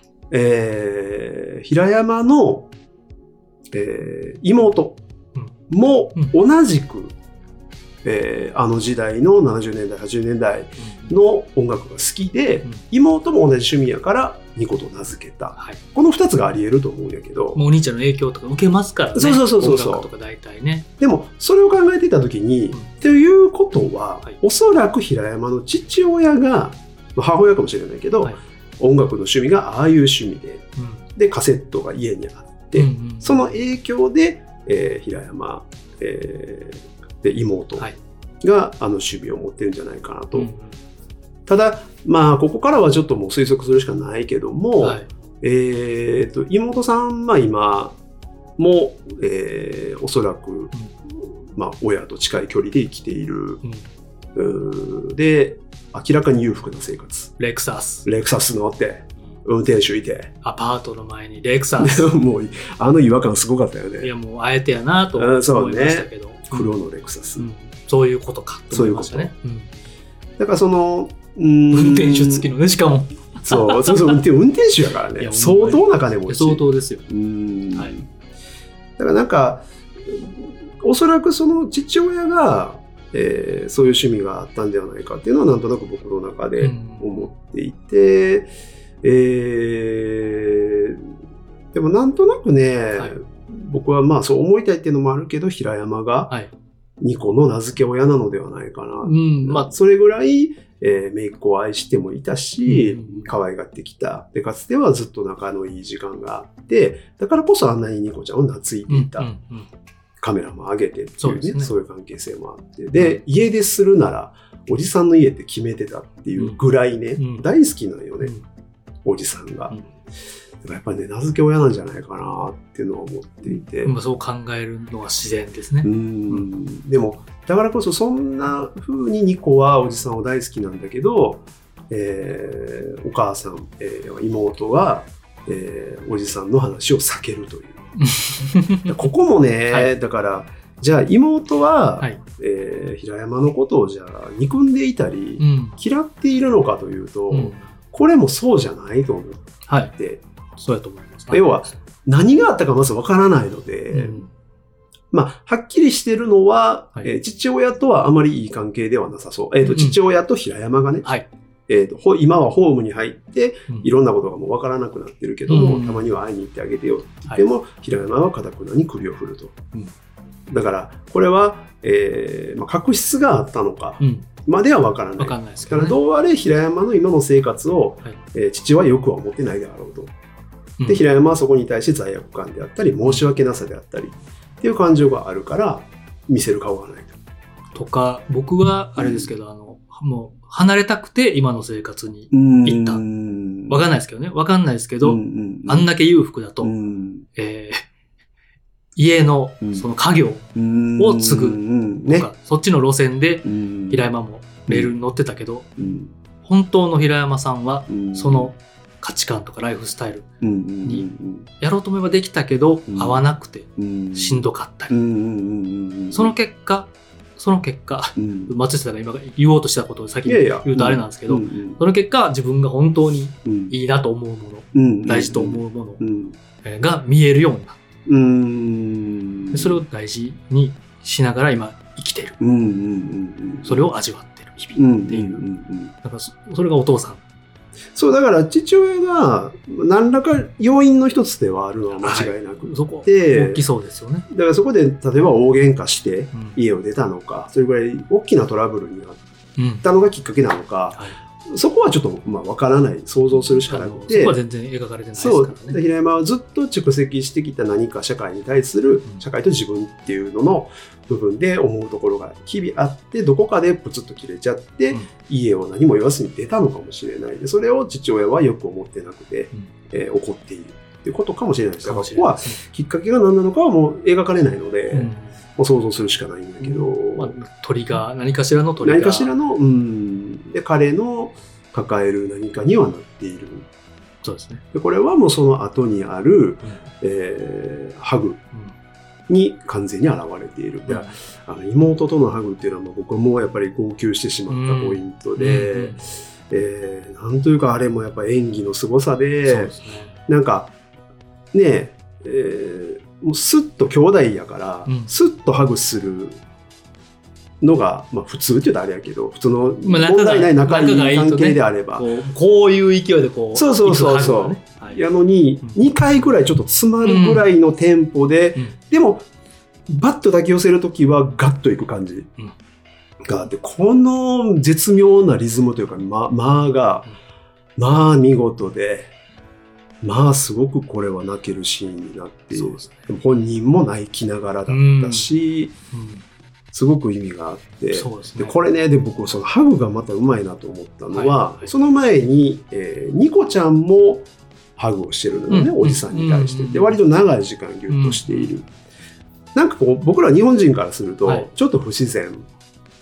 えー、平山の、えー、妹も同じくえー、あの時代のななじゅうねんだいはちじゅうねんだいの音楽が好きで、うん、妹も同じ趣味やからニコと名付けた、はい、このふたつがあり得ると思うんやけど、 もうお兄ちゃんの影響とか受けますからね。 そうそうそうそうそう、 音楽とか大体ね。 でもそれを考えていた時に、うん、ということは、はい、おそらく平山の父親が母親かもしれないけど、はい、音楽の趣味がああいう趣味で、うん、でカセットが家にあって、うんうん、その影響で、えー、平山、えー、で妹が、はい、あの趣味を持ってるんじゃないかなと、うん、ただまあここからはちょっともう推測するしかないけども、はい、えー、と妹さんは今も、えー、おそらく、うん、まあ、親と近い距離で生きている、うん、で明らかに裕福な生活。 レクサスレクサス乗って運転手いてアパートの前にレクサスもうあの違和感すごかったよね。 いやもうあえてやなと思いましたけど、ね、 黒のレクサス、うん、 そういうことかと思いましたね。 そういうこと、うん、だからそのうーん運転手付きのね、しかもそうそうそう運転運転手やからね相当な金持ち。 相当ですよ。 うーん、はい、だからなんかおそらくその父親が、えー、そういう趣味があったんではないかっていうのはなんとなく僕の中で思っていて、うん、えー、でもなんとなくね、はい、僕はまあそう思いたいっていうのもあるけど平山がニコの名付け親なのではないかな、はい、うん、まあ、それぐらい、えー、姪っ子を愛してもいたし、うん、可愛がってきた。でかつてはずっと仲のいい時間があってだからこそあんなにニコちゃんを懐いていた、うんうんうん、カメラも上げてっていうね、そうですね、そういう関係性もあってで、うん、家出するならおじさんの家って決めてたっていうぐらいね、うん、大好きなんよね、うん、おじさんが、うん、やっぱりね名付け親なんじゃないかなっていうのは思っていて、 うん、そう考えるのは自然ですね。 うん、うん、でもだからこそそんな風にニコはおじさんを大好きなんだけど、えー、お母さん、えー、妹は、えー、おじさんの話を避けるというここもね、はい、だからじゃあ妹は、はい、えー、平山のことをじゃあ憎んでいたり、うん、嫌っているのかというと、うん、これもそうじゃないと思って、はい、 そうやと思います。 要は何があったかまずわからないので、うん、まあはっきりしてるのは、はい、えー、父親とはあまりいい関係ではなさそう。えっと、父親と平山がね、はい、えーと、今はホームに入って、うん、いろんなことがもうわからなくなってるけども、うん、たまには会いに行ってあげてよって言っても、はい、平山は堅くなに首を振ると。うん、だから、これは、えーまあ、確執があったのか、まではわからない。わかんないですけどね。だから、どうあれ平山の今の生活を、はい、えー、父はよくは思ってないであろうと。うん、で、平山はそこに対して罪悪感であったり、申し訳なさであったり、っていう感情があるから、見せる顔がないと。とか、僕は、あれですけど、うん、あの、もう、離れたくて今の生活に行った。わかんないですけどね。わかんないですけど、うんうんうん、あんだけ裕福だと、うん、えー、家のその家業を継ぐとか、うんね、そっちの路線で平山もレールに乗ってたけど、うん、本当の平山さんはその価値観とかライフスタイルにやろうと思えばできたけど、合わなくてしんどかったり。その結果、その結果、うん、松下さんが今言おうとしたことを先に言うとあれなんですけど、うんうん、その結果自分が本当にいいなと思うもの、うん、大事と思うもの、うん、が見えるようになる、うん、でそれを大事にしながら今生きてる、うんうんうん、それを味わってる日々っていう、うんうんうん、だからそれがお父さん。 そうだから父親が何らか要因の一つではあるのは間違いなくて、はい、 そこ大きそうですよね。 だからそこで例えば大喧嘩して家を出たのか、うん、それぐらい大きなトラブルになったのがきっかけなのか、うん、はい、そこはちょっとまあ分からない、想像するしかなくて、 そこは全然描かれてないですからね。 そう平山はずっと蓄積してきた何か社会に対する、うん、社会と自分っていうのの部分で思うところが日々あって、どこかでプツッと切れちゃって、うん、家を何も言わずに出たのかもしれない。でそれを父親はよく思ってなくて、うん、えー、怒っているっていうことかもしれないです。だからここはきっかけが何なのかはもう描かれないので、うん、もう想像するしかないんだけど、うん、 まあ、トリガー、何かしらのトリガー、 何かしらの、うん、で彼の抱える何かにはなっている。 そうですね。 でこれはもうその後にある、うん、えー、ハグに完全に現れている。うん、あの妹とのハグっていうのは僕はもうやっぱり号泣してしまったポイントで、うんうん、えー、なんというかあれもやっぱ演技の凄さで、そうですね、なんかねえー、もうスッと兄弟やから、うん、スッとハグするのが、まあ普通って言うとあれやけど、普通の問題ない仲いい関係であれば。 こう、こういう勢いでこう。 そうそうそうそう。ねはい、やのに、うん、にかいぐらいちょっと詰まるぐらいのテンポで、うん、でも、バッと抱き寄せるときはガッといく感じがあって、この絶妙なリズムというか、ま、まあが、まあ見事で、まあすごくこれは泣けるシーンになって、そうですね、でも本人も泣きながらだったし、うんうん、すごく意味があって、そうですね、でこれね、で僕そのハグがまたうまいなと思ったのは、はいはい、その前に、えー、ニコちゃんもハグをしてるのよね、うん、おじさんに対して、うん、で割と長い時間ギュッとしている、うん、なんかこう僕ら日本人からするとちょっと不自然、はい、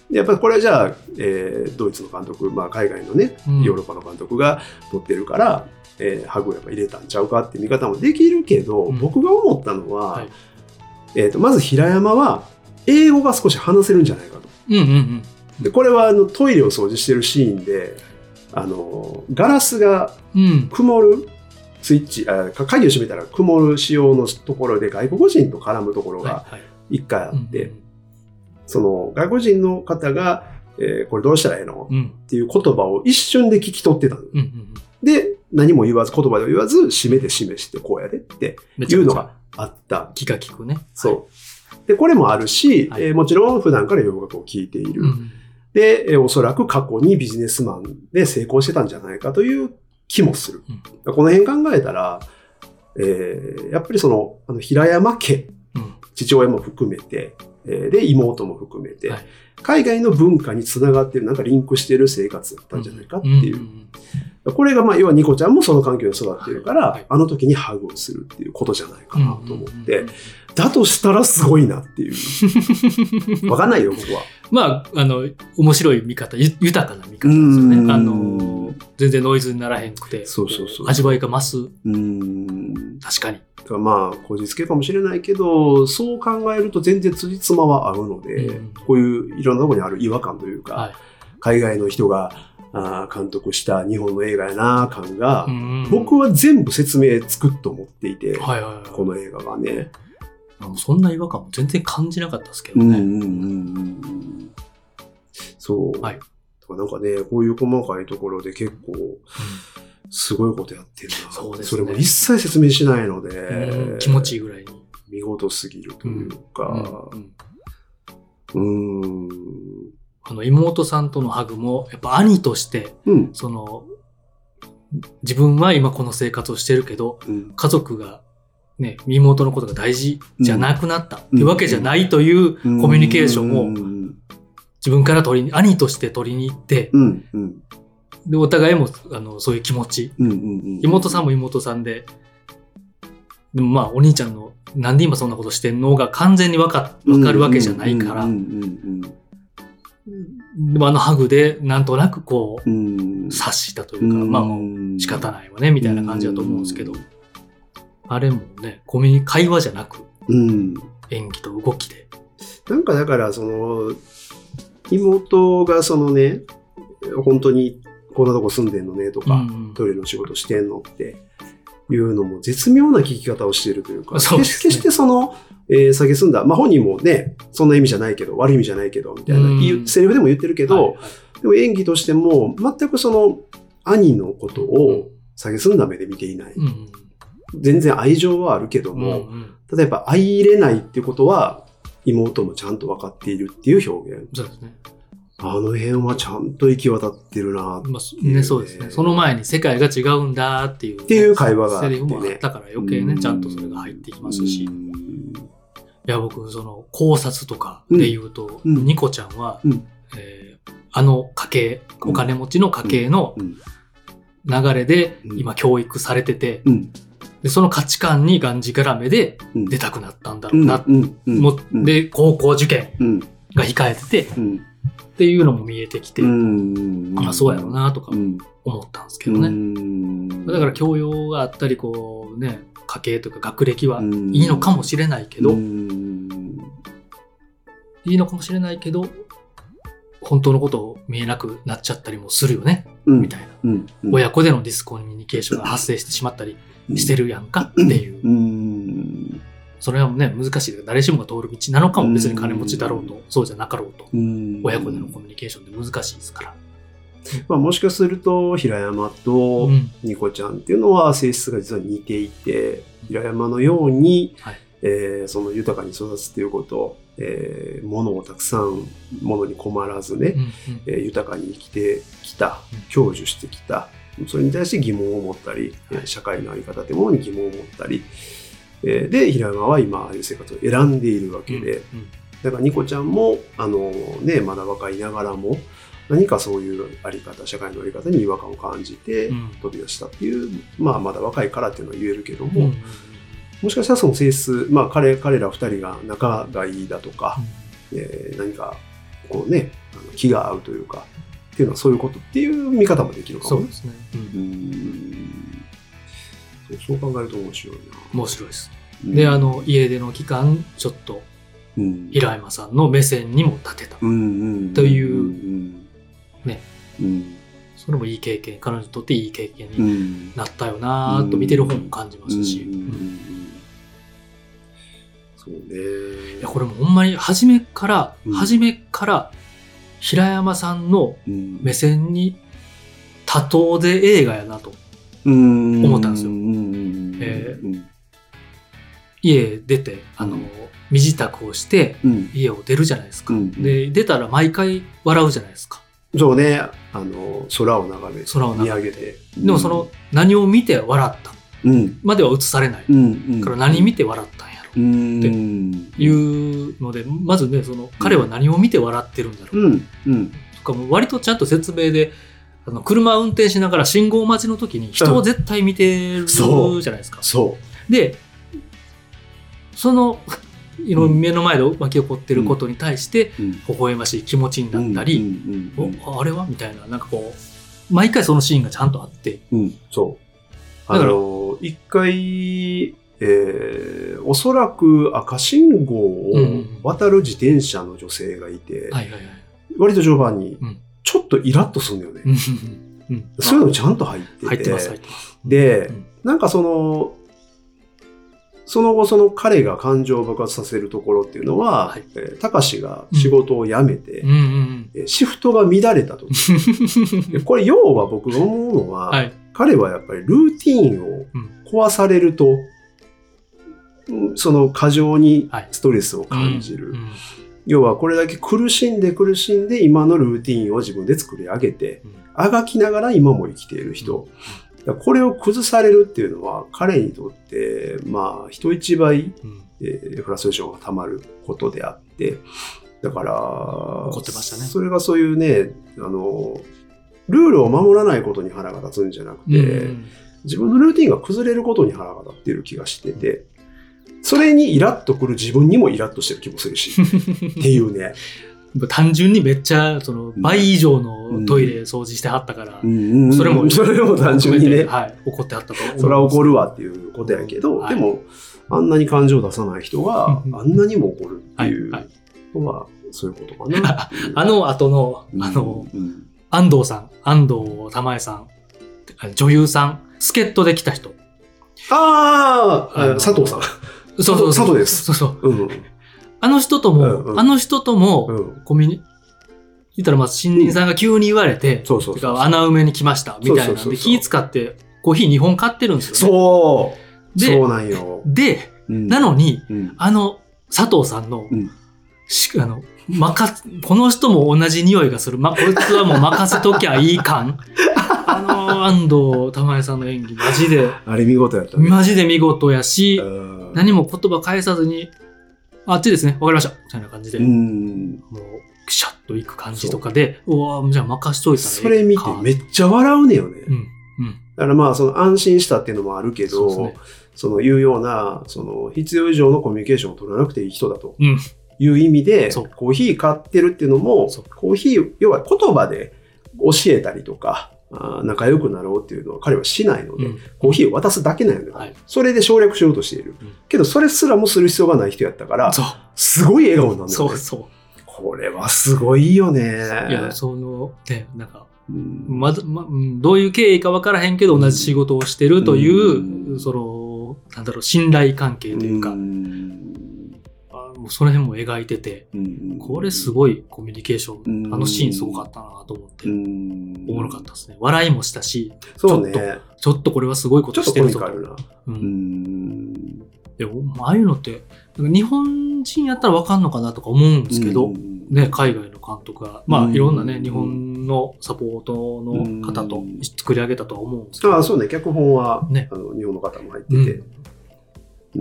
やっぱりこれじゃあ、えー、ドイツの監督、まあ、海外のねヨーロッパの監督が撮ってるから、えー、ハグをやっぱ入れたんちゃうかっていう見方もできるけど、うん、僕が思ったのは、はい、えーと、まず平山は英語が少し話せるんじゃないかと、うんうんうん、でこれはあのトイレを掃除してるシーンであのガラスが曇る、うんスイッチ、あ、鍵を閉めたら曇る仕様のところで外国人と絡むところが一回あって、はいはい、その外国人の方が、えー、これどうしたらいいの、うん、っていう言葉を一瞬で聞き取ってたの、うんうんうん、で何も言わず言葉で言わず閉めて示してこうやでっていうのがあった気が利くね、 そう、はい、でこれもあるし、はい、えー、もちろん普段から洋楽を聴いている、うん、で、えー、おそらく過去にビジネスマンで成功してたんじゃないかという気もする。うん、この辺考えたら、えー、やっぱりその、あの平山家、うん、父親も含めて、えー、で、妹も含めて、はい、海外の文化につながってる、なんかリンクしてる生活だったんじゃないかっていう。うんうんうん、これが、まあ、要はニコちゃんもその環境で育ってるから、はい、あの時にハグをするっていうことじゃないかなと思って、うんうんうん、だとしたらすごいなっていう。わかんないよ、僕は。 まあ、あの、面白い見方、豊かな見方ですよね。あの、全然ノイズにならへんくて、そうそうそう、味わいが増す。うん、確かに。 だからまあ、こじつけかもしれないけど、そう考えると全然辻褄は合うので、うん、こういういろんなところにある違和感というか、はい、海外の人があ監督した日本の映画やな感が、うん、僕は全部説明つくと思っていて、はいはいはい、この映画はね。 そんな違和感も全然感じなかったですけどね。うんうんうんうん、 そう。はい。なんかね、こういう細かいところで結構、すごいことやってるな、うん。そうですね。それも一切説明しないので、 うん、気持ちいいぐらいに。 見事すぎるというか、うん。うん、 あの、妹さんとのハグも、やっぱ兄として、うん、その、自分は今この生活をしてるけど、うん、家族が、ね、妹のことが大事じゃなくなったっていうわけじゃないというコミュニケーションを自分から取りに、兄として取りに行って、うんうん、で、お互いもあのそういう気持ち、うんうんうん、妹さんも妹さんで、でもまあお兄ちゃんのなんで今そんなことしてんのが完全にわか、わかるわけじゃないから、でもあのハグでなんとなくこう、察したというか、まあもう仕方ないわねみたいな感じだと思うんですけど、あれもね、コミュニ会話じゃなく、うん、演技と動きで。 なんかだからその妹がそのね、本当にこんなとこ住んでんのねとか、うん、トイレの仕事してんのっていうのも絶妙な聞き方をしているというか、そうですね、決してその、えー、酒済んだ、まあ本人もね、そんな意味じゃないけど、悪い意味じゃないけど、みたいな、うん、セリフでも言ってるけど、はいはい、でも演技としても全くその兄のことを酒済んだ目で見ていない。うん、全然愛情はあるけども、うんうん、例えば相入れないっていうことは妹もちゃんと分かっているっていう表現。そうですね。あの辺はちゃんと行き渡ってるなっていう、ね。まあ、ね、そうですね。 その前に世界が違うんだっていう、ね、 っていう会話があって、ね。 セリフもあったから余計ね、ちゃんとそれが入ってきますし。いや、僕、その考察とかで言うと、うん、ニコちゃんは、うん、えー、あの家系、お金持ちの家系の流れで今教育されてて、うんうんでその価値観にがんじがらめで出たくなったんだろうな。うんうんもで、高校受験が控えてて、うん、っていうのも見えてきて、うん、あ、そうやろうなとか思ったんですけどね。うん、だから教養があったり、こうね、家系とか学歴はいいのかもしれないけど、うん、いいのかもしれないけど、本当のことを見えなくなっちゃったりもするよね、うん、みたいな、うんうん。親子でのディスコミュニケーションが発生してしまったり、してるやんかっていう。うんそれはね、難しい。誰しもが通る道なのかも、別に金持ちだろうと、そうじゃなかろうと、親子でのコミュニケーションで難しいですから。 まあ、もしかすると、平山とニコちゃんっていうのは性質が実は似ていて、平山のように、はい、えー、その豊かに育つっていうこと、えー、物をたくさん、物に困らずね、うんうん、えー、豊かに生きてきた、享受してきた、それに対して疑問を持ったり、はい、社会の在り方というものに疑問を持ったり、えー、で、平山は今、ああいう生活を選んでいるわけで、うんうん、だからニコちゃんも、あのね、まだ若いながらも、何かそういうあり方、社会のあり方に違和感を感じて飛び出したっていう、うん、まあまだ若いからっていうのは言えるけども、うん、もしかしたらその性質、まあ彼、彼ら二人が仲がいいだとか、うん、えー、何かこうね、あの気が合うというか、っていうのはそういうことっていう見方もできるかも。 そうですね。うん、 そう、そう考えると面白いな。 面白いです。うん、で、あの、家出の期間、ちょっと、平山さんの目線にも立てた。という、ね、うん、それもいい経験、彼女にとっていい経験になったよなぁと見てる方も感じますし、 そうね。 いやこれもほんまに初めから、うん、初めから平山さんの目線に多頭で映画やなと思ったんですよ。えー、家出てあの、うん、身支度をして家を出るじゃないですか。うん、で出たら毎回笑うじゃないですか。 そうね、あの空を眺めて見上げて、 でもその何を見て笑った、うん、までは映されない、うん、から何見て笑ったんやろっていうので、まずねその彼は何を見て笑ってるんだろう、うんうん、とかも割とちゃんと説明で、あの車を運転しながら信号待ちの時に人を絶対見てるじゃないですか。 うん、そうでその目の前で巻き起こってることに対して微笑ましい気持ちになったり、あれはみたいな、なんかこう毎回そのシーンがちゃんとあって、 うん、そうだから一回、えー、おそらく赤信号を渡る自転車の女性がいて、割と序盤にちょっとイラッとするんだよね、うん、そういうのちゃんと入ってて、 入ってます入ってます。 で、うん、なんかそのその後その彼が感情を爆発させるところっていうのは、はい、えー、高志が仕事を辞めて、うんうんうん、シフトが乱れたとこれ要は僕が思うのは、はい、彼はやっぱりルーティーンを壊されると、うん、その過剰にストレスを感じる、はい、うんうん、要はこれだけ苦しんで苦しんで今のルーティーンを自分で作り上げて、うん、あがきながら今も生きている人、うん、これを崩されるっていうのは彼にとってまあ人一倍、うん、えー、フラストレーションがたまることであって、だから怒ってましたね。 それがそういうね、あのルールを守らないことに腹が立つんじゃなくて、うん、自分のルーティンが崩れることに腹が立っている気がしてて、それにイラッとくる自分にもイラッとしてる気もするしっていうね。 単純にめっちゃその倍以上のトイレ掃除してはったから、うん、それもそれも単純にね、 はい、怒ってはったと思う。 それは怒るわっていうことやけど、はい、でもあんなに感情を出さない人があんなにも怒るっていうのはそういうことかな。 あの後のあの、うん、安藤さん、安藤玉恵さん、女優さん、助っ人で来た人。 ああ、佐藤さん。 そうそう佐藤です。 そうそう。うん、あの人とも、うんうん、あの人とも、うん、コミュニ、言ったらまあ、新人さんが急に言われて、そうそうそうそう、穴埋めに来ました、みたいなんで、気使ってコーヒーにほん買ってるんですよね。 そう。で、そうなんよ。 で、うん、なのに、うん、あの、佐藤さんの、うん、しあの、まか、この人も同じ匂いがする。ま、こいつはもう任せときゃいい感。あの、安藤玉恵さんの演技、マジで。 あれ見事やったね。 マジで見事やし、何も言葉返さずに、あっちですね、わかりました。みたいな感じで。うん。もう、くしゃっといく感じとかで、うわじゃあ任しといたらいいか。 それ見てめっちゃ笑うねよね。うん。うん。だからまあ、その安心したっていうのもあるけど、そ, ね、そのいうような、その必要以上のコミュニケーションを取らなくていい人だと。うん。いう意味で、コーヒー買ってるっていうのも、コーヒー、要は言葉で教えたりとか、あ仲良くなろうっていうのは彼はしないので、うん、コーヒーを渡すだけなんだよ、はい。それで省略しようとしている、うん。けど、それすらもする必要がない人やったから、すごい笑顔なんだよね。 そうそう。 これはすごいよね。 いや、その、ね、なんか、うん、まず、ま、どういう経緯か分からへんけど、同じ仕事をしてるという、うん、その、なんだろう、信頼関係というか、うんもうその辺も描いてて、うん、これすごいコミュニケーション、うん、あのシーンすごかったなと思って、うん、おもろかったですね。笑いもしたし、そうね、ちょっと、ちょっとこれはすごいことしてるぞと。ちょっとコミカルな。うん。でも、ああいうのって、日本人やったらわかんのかなとか思うんですけど、うん、ね、海外の監督が、まあ、いろんなね、日本のサポートの方と作り上げたとは思うんですけど。 ああ、そうね、脚本は、ね、あの日本の方も入ってて、うんうん、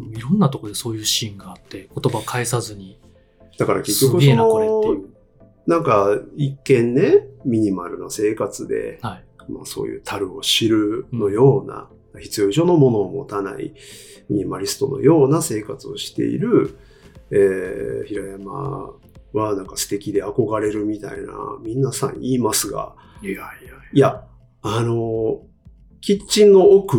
いろんなところでそういうシーンがあって言葉返さずにだから結局そのなんか一見ねミニマルな生活で、はいまあ、そういう樽を知るのような、うん、必要以上のものを持たないミニマリストのような生活をしている、えー、平山はなんか素敵で憧れるみたいな皆さん言いますがいやいやいやあのキッチンの奥、うん、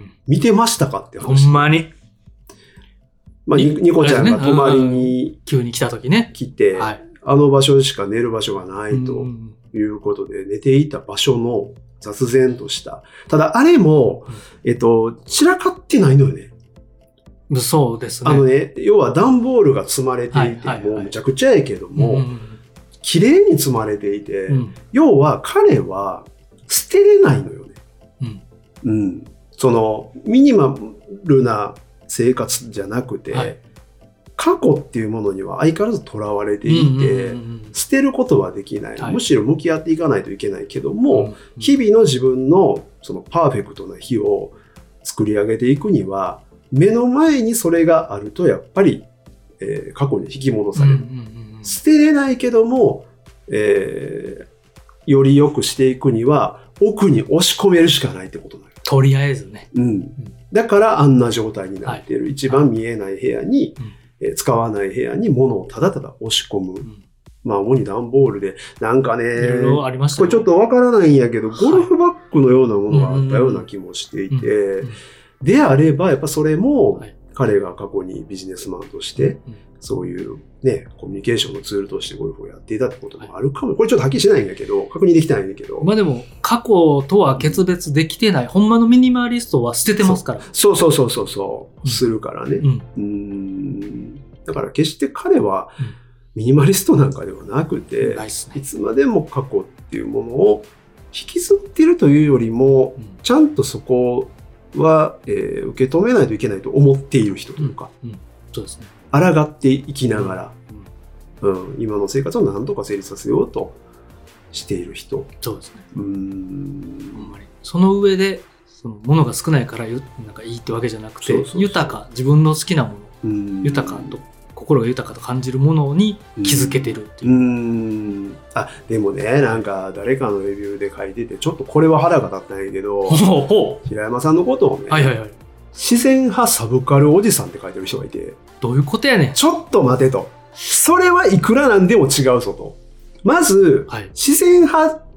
見てましたかって話。 ほんまに。 まあ、ニコちゃんが泊まりに、 急に来た時ね。 来て、はい、あの場所しか寝る場所がないということで、寝ていた場所の雑然とした。ただ、あれも、えっと、散らかってないのよね。 そうですね。 あのね、要は段ボールが積まれていて、もうむちゃくちゃやけども、綺麗に積まれていて、うん、要は彼は捨てれないのよね。うん、そのミニマルな生活じゃなくて、はい、過去っていうものには相変わらずとらわれていて、捨てることはできない、はい、むしろ向き合っていかないといけないけども、うんうん、日々の自分のそのパーフェクトな日を作り上げていくには目の前にそれがあるとやっぱり、えー、過去に引き戻される、うんうんうん、捨てれないけども、えー、より良くしていくには奥に押し込めるしかないってことなの。 とりあえずね。 うん。だからあんな状態になっている。はい、一番見えない部屋に、はいえー、使わない部屋に物をただただ押し込む。うん、まあ、主に段ボールで、なんかね、いろいろありましたね。これちょっとわからないんやけど、ゴルフバッグのようなものがあったような気もしていて、であれば、やっぱそれも、彼が過去にビジネスマンとして、そういうね、コミュニケーションのツールとしてゴルフをやっていたってこともあるかも。これちょっとはっきりしないんだけど、確認できてないんだけど。 まあでも、過去とは決別できてない、ほんまのミニマリストは捨ててますから。 そうそうそうそうそう、うん、するからね。うん。うーんだから決して彼はミニマリストなんかではなくて、うん、いつまでも過去っていうものを引きずってるというよりも、うん、ちゃんとそこは、えー、受け止めないといけないと思っている人というか。うんうん、 そうですね。 抗っていきながら、うんうん、今の生活を何とか成立させようとしている人。 そうですね。うーんほんまにその上でその物が少ないからなんかいいってわけじゃなくて、そうそうそう豊か自分の好きなもの、豊かと心が豊かと感じるものに気づけてるっていう。うーんあでもねなんか誰かのレビューで書いててちょっとこれは腹が立ったんやけどほうほう平山さんのことをね、はいはいはい、自然派サブカルおじさんって書いてる人がいてどういうことやねんちょっと待てとそれはいくらなんでも違うぞとまず、はい、自然派って、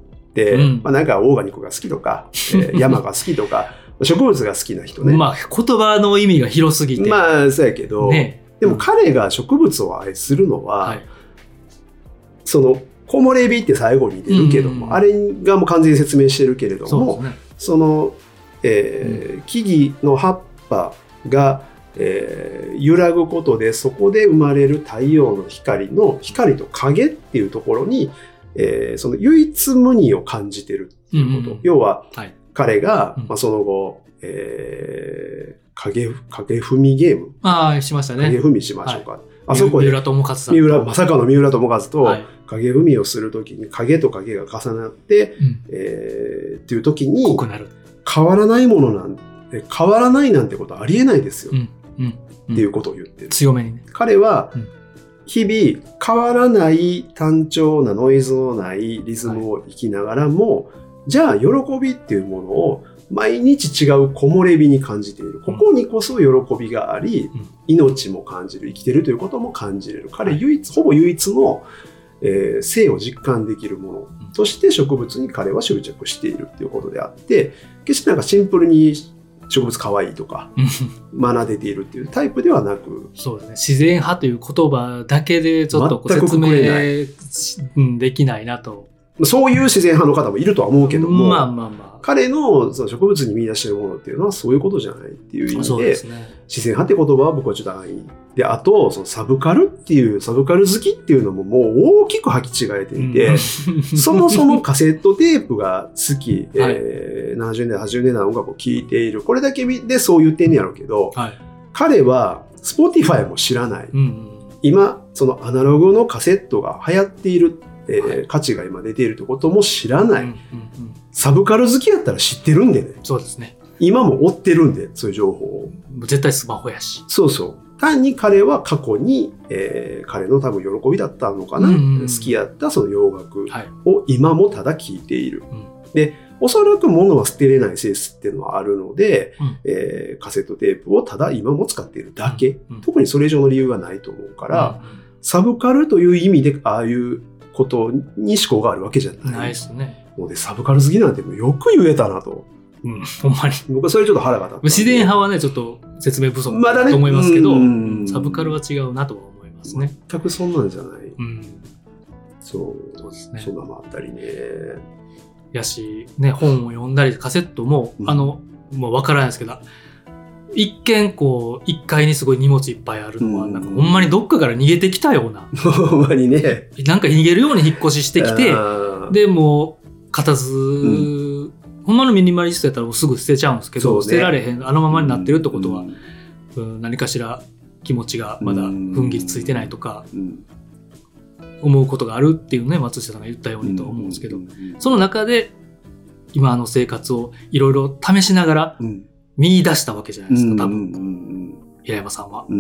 うんまあ、なんかオーガニックが好きとか、えー、山が好きとか植物が好きな人ねまあ言葉の意味が広すぎてまあそうやけど、ね、でも彼が植物を愛するのは、はい、その木漏れ日って最後に出るけども、うんうんうん、あれがもう完全に説明してるけれども そ,、ね、その、えーうん、木々の葉っぱが、えー、揺らぐことでそこで生まれる太陽の光の光と影っていうところに、えー、その唯一無二を感じてるっていうこと、うんうん、要は、はい、彼が、まあ、その後、えー、影影踏みゲームああしましたね影踏みしましょうか、はい、 あそこで三浦友和さん三浦まさかの三浦友和と影踏みをするときに影と影が重なって、うんえー、っていうときに濃くなる変わらないものなんて変わらないなんてことありえないですよ、うんうんうん、っていうことを言ってる強めにね彼は、うん日々変わらない単調なノイズのないリズムを生きながらも、はい、じゃあ喜びっていうものを毎日違う木漏れ日に感じている。ここにこそ喜びがあり、うん、命も感じる、生きてるということも感じれる。彼唯一、ほぼ唯一の、えー、生を実感できるものとして植物に彼は執着しているっていうことであって、決してなんかシンプルに植物かわいいとか学べているっていうタイプではなくそうですね自然派という言葉だけでちょっと説明できないなとそういう自然派の方もいるとは思うけども、 まあまあまあ、 彼のその植物に見出しているものっていうのはそういうことじゃないっていう意味で、 ですね、 自然派って言葉は僕はちょっと安易で、あとそのサブカルっていうサブカル好きっていうのももう大きく履き違えていて、うん、そもそもカセットテープが好き、はい、えー、ななじゅうねんだいはちじゅうねんだいの音楽を聴いている、これだけでそう言ってんねやろうけど、はい、彼はスポティファイも知らない、うんうん、今そのアナログのカセットが流行っている、えーはい、価値が今出ているってことも知らない、うんうんうん、サブカル好きやったら知ってるんでね。 そうですね。 今も追ってるんで、そういう情報を。 絶対スマホやし。 そうそう。単に彼は過去に、えー、彼の多分喜びだったのかな、うんうんうん、好きやったその洋楽を今もただ聴いている。はい、で、おそらく物は捨てれない性質っていうのはあるので、うん、えー、カセットテープをただ今も使っているだけ、うんうん、特にそれ以上の理由はないと思うから、うんうん、サブカルという意味でああいうことに思考があるわけじゃない。 ないですね。 もうで、サブカル好きなんてよく言えたなと。 うん、ほんまに。 僕はそれちょっと腹が立った。 自然派はね、ちょっと説明不足だと思いますけど、まだね、サブカルは違うなとは思いますね。 全くそんなんじゃない。うん、そう。 そうですね。 そんなもあったりね。 やし、ね、本を読んだり、カセットも、うん、あの、もうわからないですけど、一見こう、一階にすごい荷物いっぱいあるのは、なんかほんまにどっかから逃げてきたような。 ほんまにね。 なんか逃げるように引っ越ししてきて、で、もう、片付、うん、ほんまのミニマリストやったらもうすぐ捨てちゃうんですけど、ね、捨てられへん、あのままになってるってことは、うん、何かしら気持ちがまだ踏ん切りついてないとか、うん、思うことがあるっていうね、松下さんが言ったようにと思うんですけど、うん、その中で、今の生活をいろいろ試しながら、うん見出したわけじゃないですか、多分、うんうんうん、平山さんは、うん、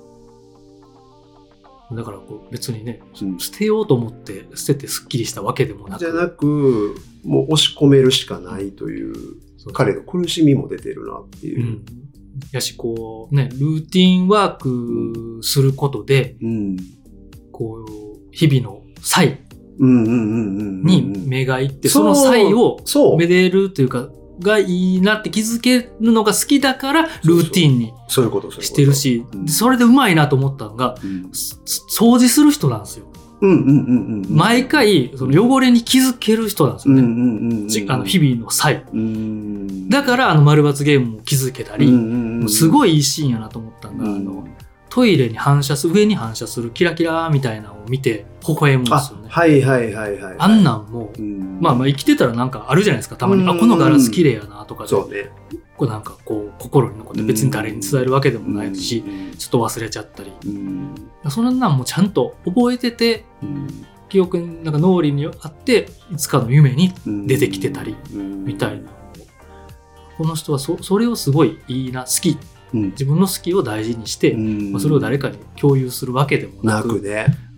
だからこう別にね、うん、捨てようと思って捨ててすっきりしたわけでもなくじゃなくもう押し込めるしかないという、うん、彼の苦しみも出てるなっていう、うん、 やしこうねルーティンワークすることで、うん、こう日々の際に目がいってその際をめでるというかがいいなって気づけるのが好きだからルーティンにしてるし、それでうまいなと思ったのが、うん、掃除する人なんですよ。毎回その汚れに気づける人なんですよね。あの日々の際。だからあの丸×ゲームも気づけたり、すごいいいシーンやなと思ったのが、あのトイレに反射する上に反射するキラキラみたいなのを見て微笑むんですよね。 はいはいはいはい。 あんなんも、うん、まあまあ生きてたらなんかあるじゃないですか。たまに、あ、このガラス綺麗やなとかで。 そうね。 こうなんかこう心に残って別に誰に伝えるわけでもないし、ちょっと忘れちゃったり。そんなんもちゃんと覚えてて、記憶になんか脳裏にあって、いつかの夢に出てきてたり、みたいな。この人は そ, それをすごいいいな、好き。自分の好きを大事にして、うんまあ、それを誰かに共有するわけでもなく、 なくねうん、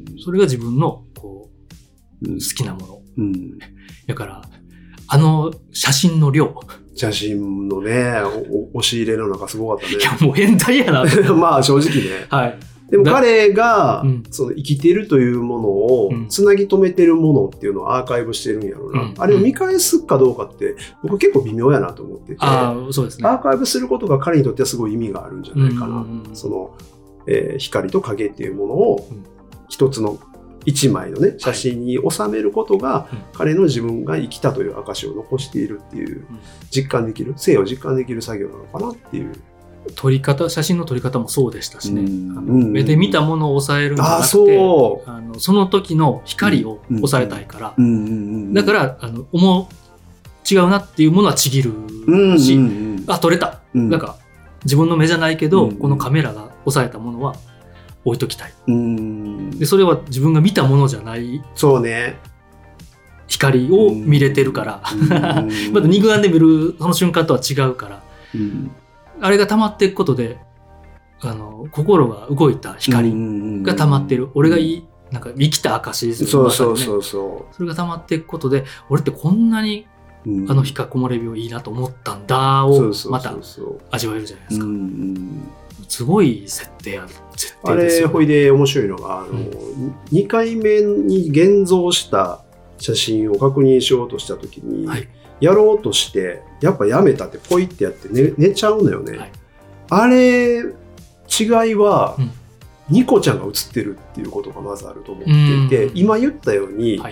それが自分のこう、うん、好きなもの、うん、だからあの写真の量写真のね押し入れの中すごかったね。 いやもう変態やなまあ正直ね、はい、でも彼が、うん、その生きてるというものをつなぎ止めてるものっていうのをアーカイブしてるんやろうな、うん、あれを見返すかどうかって僕結構微妙やなと思ってて、 あ、そうですね、 アーカイブすることが彼にとってはすごい意味があるんじゃないかな、うんうんうん、その、えー、光と影っていうものを一つの一枚のね写真に収めることが、はい、彼の自分が生きたという証を残しているっていう、うん、実感できる生を実感できる作業なのかなっていう。 撮り方、写真の撮り方もそうでしたしね、うん、あの目で見たものを抑えるんじゃなくて、あ、そう、あのその時の光を抑えたいから、うんうんうん、だからあの思う違うなっていうものはちぎるし、うんうんうん、あ、撮れた、うん、なんか自分の目じゃないけど、うんうん、このカメラが抑えたものは置いときたい、うん、でそれは自分が見たものじゃないそうね光を見れてるから、うん、また肉眼で見るその瞬間とは違うから、うんあれが溜まっていくことで、あの、心が動いた光が溜まってる。俺がいい、なんか生きた証ですよね。 そうそうそうそう。 それが溜まっていくことで、俺ってこんなに、うん、あの日か木漏れ日をいいなと思ったんだを、また味わえるじゃないですか。うん、すごい設定ある。設定ですよね。 あれ、ほいで面白いのが、あの、うん、にかいめに現像した写真を確認しようとしたときに、はいやろうとしてやっぱやめたってポイってやって 寝, 寝ちゃうのよね、はい、あれ違いは、うん、ニコちゃんが写ってるっていうことがまずあると思っていて、うん、今言ったように、はい、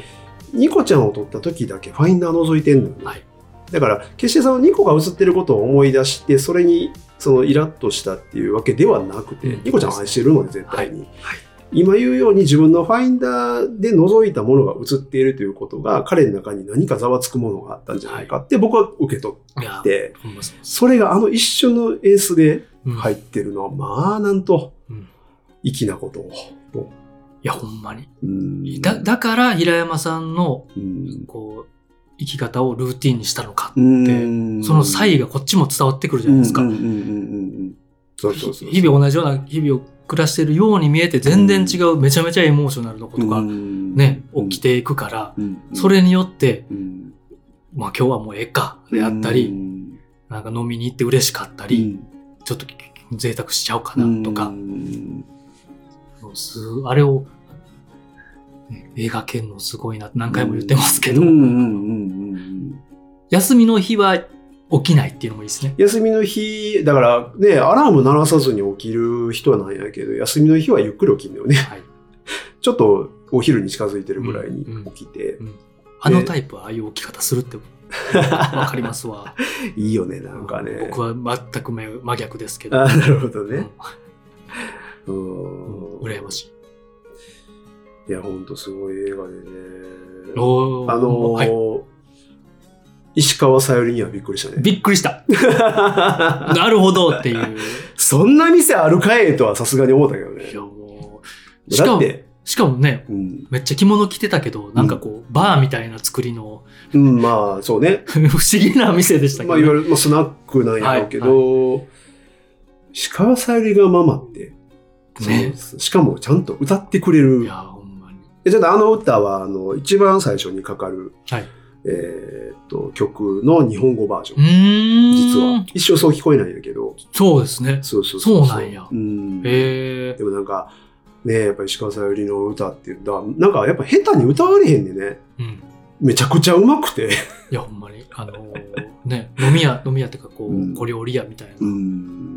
ニコちゃんを撮った時だけファインダー覗いてんのよ、ね、はい、だから決してそのニコが映ってることを思い出してそれにそのイラッとしたっていうわけではなくて、うん、ニコちゃんを愛してるので絶対に、はいはい、今言うように自分のファインダーで覗いたものが映っているということが彼の中に何かざわつくものがあったんじゃないかって僕は受け取って、はい、それがあの一瞬のエースで入ってるのは、うん、まあなんと粋なことを、うん、 いやほんまに、うん、だ, だから平山さんの、うん、こう生き方をルーティンにしたのかって、その差異がこっちも伝わってくるじゃないですか。日々同じような日々を暮らしているように見えて全然違うめちゃめちゃエモーショナルなことがね、起きていくから、それによって、まあ今日はもうええかであったり、なんか飲みに行って嬉しかったり、ちょっと贅沢しちゃおうかなとか、あれを描けるのすごいなって何回も言ってますけど、休みの日は起きないっていうのもいいですね。 休みの日、だからね、アラーム鳴らさずに起きる人はなんやけど、休みの日はゆっくり起きるんだよね。はい、ちょっとお昼に近づいてるぐらいに起きて。 うんうんうん、あのタイプはああいう起き方するってわかりますわ。 いいよね、なんかね。 僕は全く真逆ですけど。 あ、なるほどね。 うん、うん、羨ましい。 いや、ほんとすごい映画でね。 おあのー、はい、石川さゆりにはびっくりしたね。 びっくりした。なるほどっていう。 そんな店あるかいとはさすがに思ったけどね。 いやもう。しかも、しかもね、うん、めっちゃ着物着てたけど、なんかこう、うん、バーみたいな作りの。 うん、まあ、そうね。 不思議な店でしたけど、ね。 まあ、いわゆる、まあ、スナックなんやろうけど、はいはい、石川さゆりがママって、ね、しかもちゃんと歌ってくれる。 いや、ほんまに。 ちょっとあの歌は、あの、一番最初にかかる、はい、えー、っと、曲の日本語バージョン。実は。一生そう聞こえないんだけど。 そうですね。 そうそうそう。 そうなんや。うん、 へー。でもなんか、ね、やっぱ石川さゆりの歌っていうのは、なんかやっぱ下手に歌われへんでね。うん。めちゃくちゃうまくて。 いや、ほんまに。あのー、ね、飲み屋、飲み屋っていうか、こう、うん、小料理屋みたいな。うん。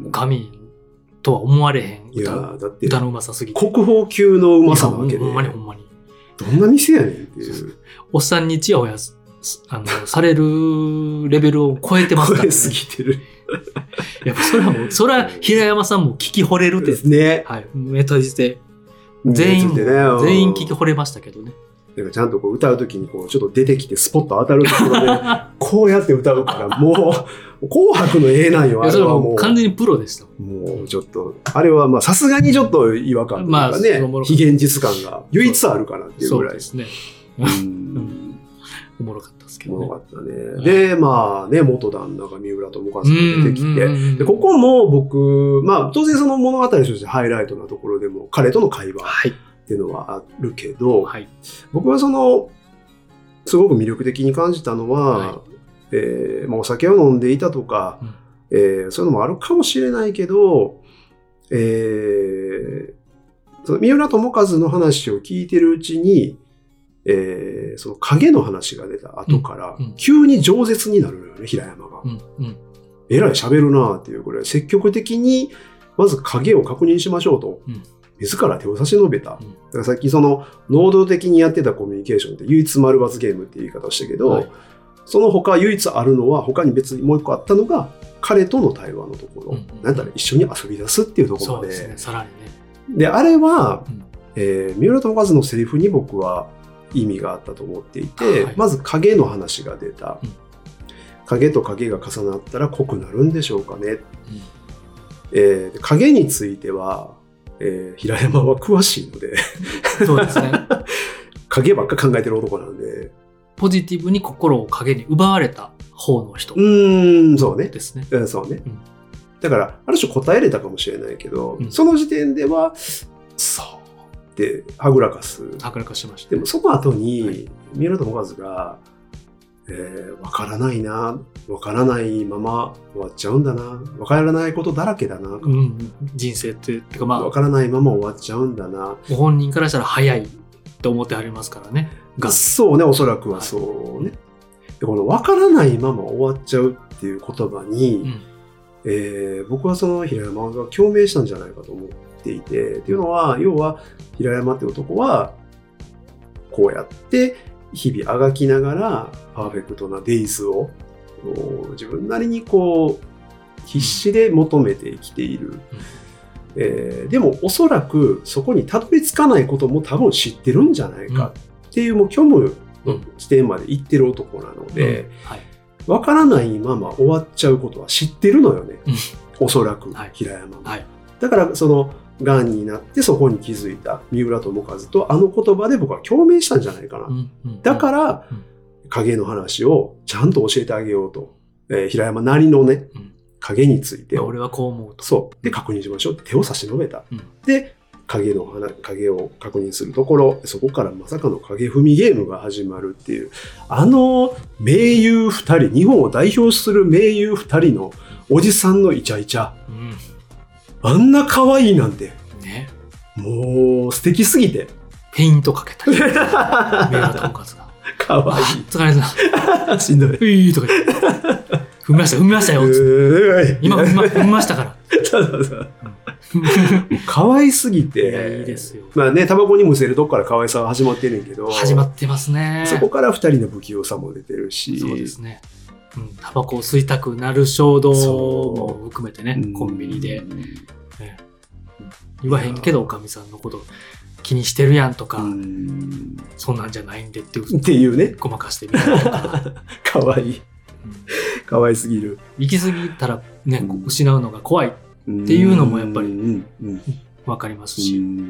神とは思われへん歌。いや、だって、歌のうまさすぎて。 国宝級のうまさなわけで。 ほんまにほんまに。 どんな店やねんっていう。 おっさんにチヤホヤあのされるレベルを超えてますからね。 超えすぎてる。 やっぱそれはもう、それは平山さんも聞き惚れるですね。 はい。目閉じて。全員、ね、全員聞き惚れましたけどね。 でもちゃんとこう歌うときにこうちょっと出てきてスポッと当たるところでこうやって歌うからもう紅白の絵なんよ。あれはもう完全にプロでした。 もうちょっとあれはまあさすがにちょっと違和感というかね、まあ、非現実感が唯一あるかなっていうぐらい。 そうですね。うんおもろかったですけどね。 おもろかったね。で、まあね、元旦那が三浦友和が出てきて、で、ここも僕、まあ当然その物語としてハイライトなところでも彼との会話っていうのはあるけど、はい、僕はその、すごく魅力的に感じたのは、はい、えーまあ、お酒を飲んでいたとか、うんえー、そういうのもあるかもしれないけど、えー、その三浦友和の話を聞いてるうちに、えー、その影の話が出た後から、うんうん、急に饒舌になるのよね、平山が。うんうん、えらい喋るなっていうぐらい、積極的に、まず影を確認しましょうと、うん、自ら手を差し伸べた。うん、だからさっきその、能動的にやってたコミュニケーションって唯一丸×ゲームっていう言い方をしたけど、はい、その他唯一あるのは、他に別にもう一個あったのが、彼との対話のところ、うんうん、なんだろう、一緒に遊び出すっていうところまで。そうですね、さらにね。で、あれは、うんえー、三浦友和のセリフに僕は、意味があったと思っていて、はい、まず影の話が出た、うん、影と影が重なったら濃くなるんでしょうかね、うんえー、影については、えー、平山は詳しいのでそうですね影ばっか考えてる男なんでポジティブに心を影に奪われた方の人うーんそうねですね、 うん、そうね、うん、だからある種答えれたかもしれないけど、うん、その時点ではそうではぐらかす。 はぐらかしました、 ね。でもその後に、はい、三浦友和が、えー、わからないな、わからないまま終わっちゃうんだな、わからないことだらけだな。 うん、人生って、てかまあ。 わからないまま終わっちゃうんだな。 ご本人からしたら早いと思ってありますからね。 そうね、おそらくはそうね。はい、でこのわからないまま終わっちゃうっていう言葉に、うんえー、僕はその平山が共鳴したんじゃないかと思っていて、っていうのは、要は平山って男はこうやって、 日々あがきながらパーフェクトなデイズを自分なりにこう必死で求めてきている、うんえー、でもおそらくそこにたどり着かないことも多分知ってるんじゃないかっていう、うん、もう虚無の地点まで行ってる男なので、うんはい、分からないまま終わっちゃうことは知ってるのよね、うん、おそらく平山も、はいはい、だからそのがんになってそこに気づいた三浦友和とあの言葉で僕は共鳴したんじゃないかな、うんうん、だから、うん、影の話をちゃんと教えてあげようと、えー、平山なりのね、うん影について俺はこう思うとそうで確認しましょうって手を差し伸べた、うん、で影の話影を確認するところそこからまさかの影踏みゲームが始まるっていうあの名優二人日本を代表する名優二人のおじさんのイチャイチャ、うん、あんな可愛いなんて、ね、もう素敵すぎてペイントかけたりメラトンカツが可愛い疲れたしんどいいいとか言って踏みました踏みましたよ今踏みま、踏みましたからそうそうそう可愛すぎていいですよまあねタバコにむせるとこから可愛さは始まってるんやけど始まってますねそこから二人の不器用さも出てるしそうですねタバコを吸いたくなる衝動も含めてねコンビニで、ね、言わへんけどおかみさんのこと気にしてるやんとかうんそんなんじゃないんでっていうっていうねごまかしてみたりとか可愛い可愛すぎる行き過ぎたらね、うん、失うのが怖いっていうのもやっぱり分かりますし、うんうん、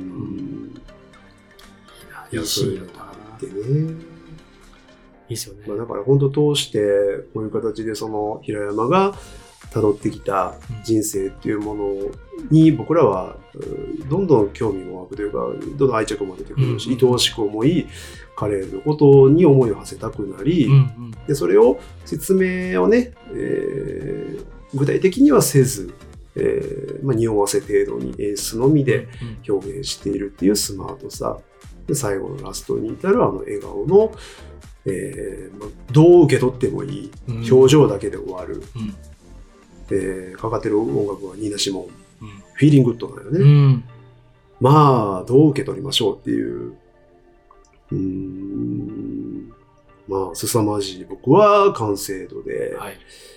いいシーンだなってねいいですよね、 まあ、だから本当通してこういう形でその平山が辿ってきた人生っていうものに僕らはどんどん興味も湧くというかどんどん愛着も出てくるし、うんうん、愛おしく思い彼のことに思いを馳せたくなり、うんうん、でそれを説明をね、えー、具体的にはせず、えーまあ、匂わせ程度に演出のみで表現しているっていうスマートさで最後のラストに至るあの笑顔の、えーまあ、どう受け取ってもいい表情だけで終わる、うんうんえー、かかってる音楽はニーナ・シモン、うん、フィーリンググッドだよね、うん、まあどう受け取りましょうっていううーんまあ凄まじい僕は完成度で、はい、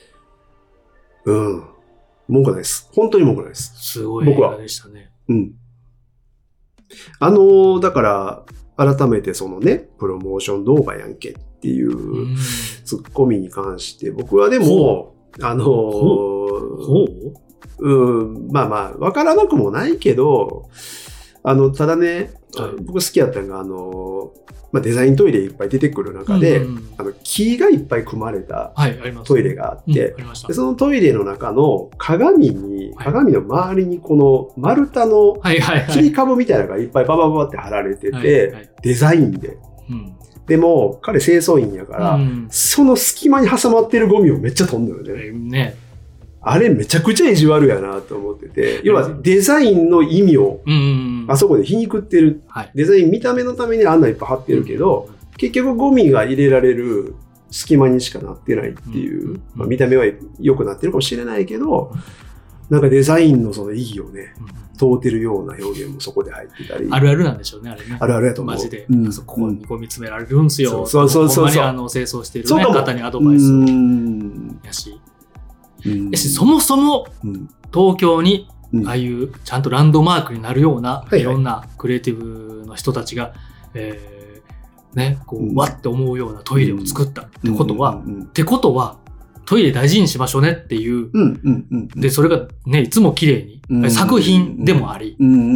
うん文句ないです本当に文句ないですすごい映画でしたねうんあのだから改めてそのねプロモーション動画やんけっていうツッコミに関して僕はでもあのーほううん、まあまあ分からなくもないけどあのただね、はい、僕好きやったのがあの、まあ、デザイントイレいっぱい出てくる中で、うんうん、あの木がいっぱい組まれたトイレがあって、はい、でそのトイレの中の鏡に、はい、鏡の周りにこの丸太の切り株みたいなのがいっぱいババババって貼られてて、はいはい、デザインで、うん、でも彼清掃員やから、うん、その隙間に挟まってるゴミをめっちゃ飛んだよね。 ねあれめちゃくちゃ意地悪やなと思ってて、要はデザインの意味をあそこで皮肉ってる、はい、デザイン見た目のためにあんないっぱい貼ってるけど、うん、結局ゴミが入れられる隙間にしかなってないっていう、うんまあ、見た目は良くなってるかもしれないけど、うん、なんかデザインのその意義をね、問うてるような表現もそこで入ってたり。 あるあるなんでしょうね、あれね。 あるあるやと思う。 マジで。うん、ここにゴミ詰められるんすよ。 そうそうそうそう。 ほんまにあの清掃してる、ね、方にアドバイスをやし。やしそもそも東京にああいうちゃんとランドマークになるような、うん、いろんなクリエイティブの人たちが、えーね、こう、うん、わって思うようなトイレを作ったってことは、うんうんうん、ってことはトイレ大事にしましょうねっていう、うんうんうん、でそれがねいつも綺麗に、うんうん、作品でもあり、うんうんうん、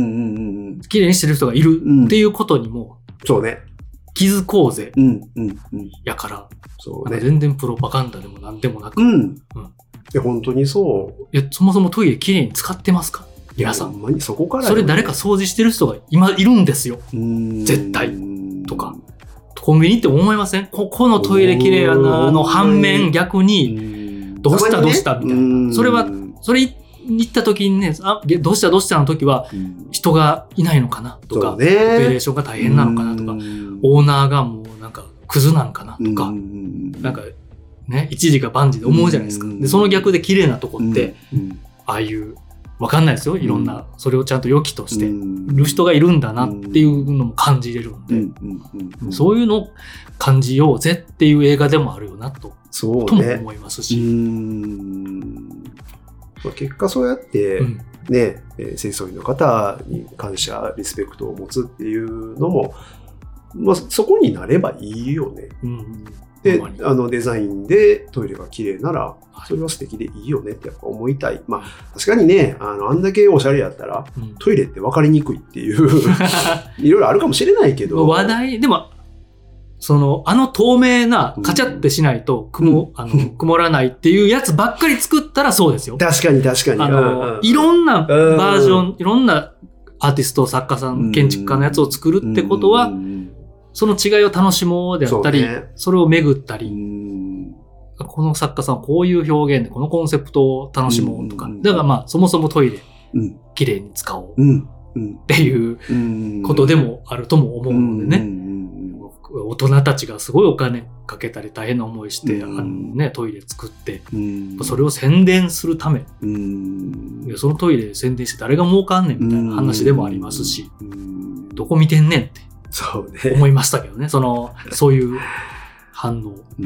綺麗にしてる人がいるっていうことにも、 うん、そうね気づこうぜ、 うんうんうん、 やから、 そうね、 全然プロパガンダでもなんでもなく、 うんうんいや本当にそう。 いやそもそもトイレきれいに使ってますか皆さん。 ほんまにそこから、ね、 それ誰か掃除してる人が今いるんですよ。絶対とか。コンビニって思いません？ここのトイレきれいやなの反面逆にどうしたどうしたみたいな。それはそれ行った時にね、あどうしたどうしたの時は人がいないのかなとか、 ね、 オペレーションが大変なのかなとか、オーナーがもうなんかクズなんかなとか、なんか。ね、一時が万事で思うじゃないですか。で、その逆で綺麗なとこって、うんうん、ああいうわかんないですよ。いろんな、それをちゃんと良きとしてる人がいるんだなっていうのも感じれるんで、そういうのを感じようぜっていう映画でもあるよなと、そうね、とも思いますし。うーん、結果そうやって、うんね、清掃員の方に感謝、リスペクトを持つっていうのも、まあ、そこになればいいよね。うん、で、あのデザインでトイレが綺麗なら、それは素敵でいいよねってやっぱ思いたい。まあ、確かにね、あの、あんだけおしゃれやったら、うん、トイレって分かりにくいっていう、いろいろあるかもしれないけど。 話題、でも、その、あの透明な、カチャってしないと、曇、うん、あの、曇らないっていうやつばっかり作ったらそうですよ。 確かに確かに。 あの、いろんなバージョン、いろんなアーティスト、作家さん、建築家のやつを作るってことは、その違いを楽しもうであったり、そ,、ね、それを巡ったり、この作家さんはこういう表現で、このコンセプトを楽しもうとか、だからまあ、そもそもトイレ、綺麗に使おうっていうことでもあるとも思うのでね。大人たちがすごいお金かけたり大変な思いして、うんあのね、トイレ作って、うん、それを宣伝するため、うん、そのトイレ宣伝して誰が儲かんねんみたいな話でもありますし、うん、どこ見てんねんって思いましたけどね、そのそういう反応、うん、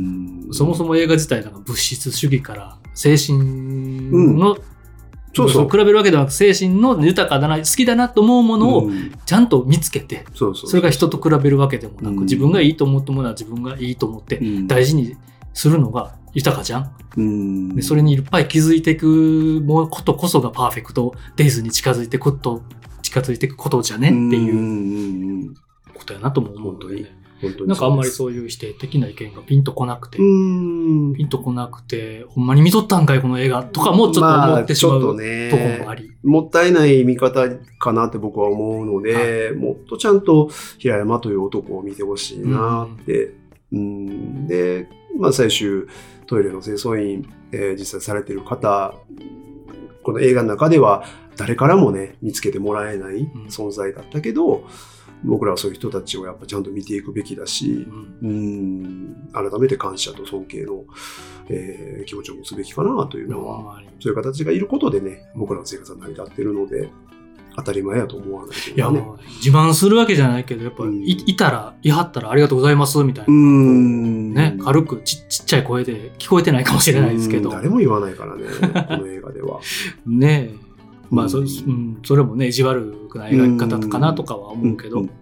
そもそも映画自体なんか物質主義から精神の、うんそうそう比べるわけではなく精神の豊かだな好きだなと思うものをちゃんと見つけて、うん、そうそうそれが人と比べるわけでもなく、うん、自分がいいと思ったものは自分がいいと思って大事にするのが豊かじゃん、うん、でそれにいっぱい気づいていくことこそがパーフェクトデイズに近づいていくこと近づいていくことじゃねっていうことやなとも思うので、ね、なんかあんまりそういう否定的な意見がピンとこなくて、ピンとこなくて、ほんまに見とったんかいこの映画とかもちょっと思ってしまう、まあね、ところもあり。 もったいない見方かなって僕は思うので、はい、もっとちゃんと平山という男を見てほしいなって。うんうんで、まあ最終トイレの清掃員、えー、実際されている方、この映画の中では誰からもね、見つけてもらえない存在だったけど、うん僕らはそういう人たちをやっぱちゃんと見ていくべきだし、うん、うん改めて感謝と尊敬の、えー、気持ちを持つべきかなというのは、そういう形がいることでね、僕らの生活は成り立っているので、当たり前やと思わないというか、ね。いや、もう自慢するわけじゃないけど、やっぱり、うん、い, いたら、いはったらありがとうございますみたいな。うんね、軽くち、ちっちゃい声で聞こえてないかもしれないですけど。 誰も言わないからね、この映画では。 ねえ。まあそ、うん、それもね意地悪くない描き方かなとかは思うけど、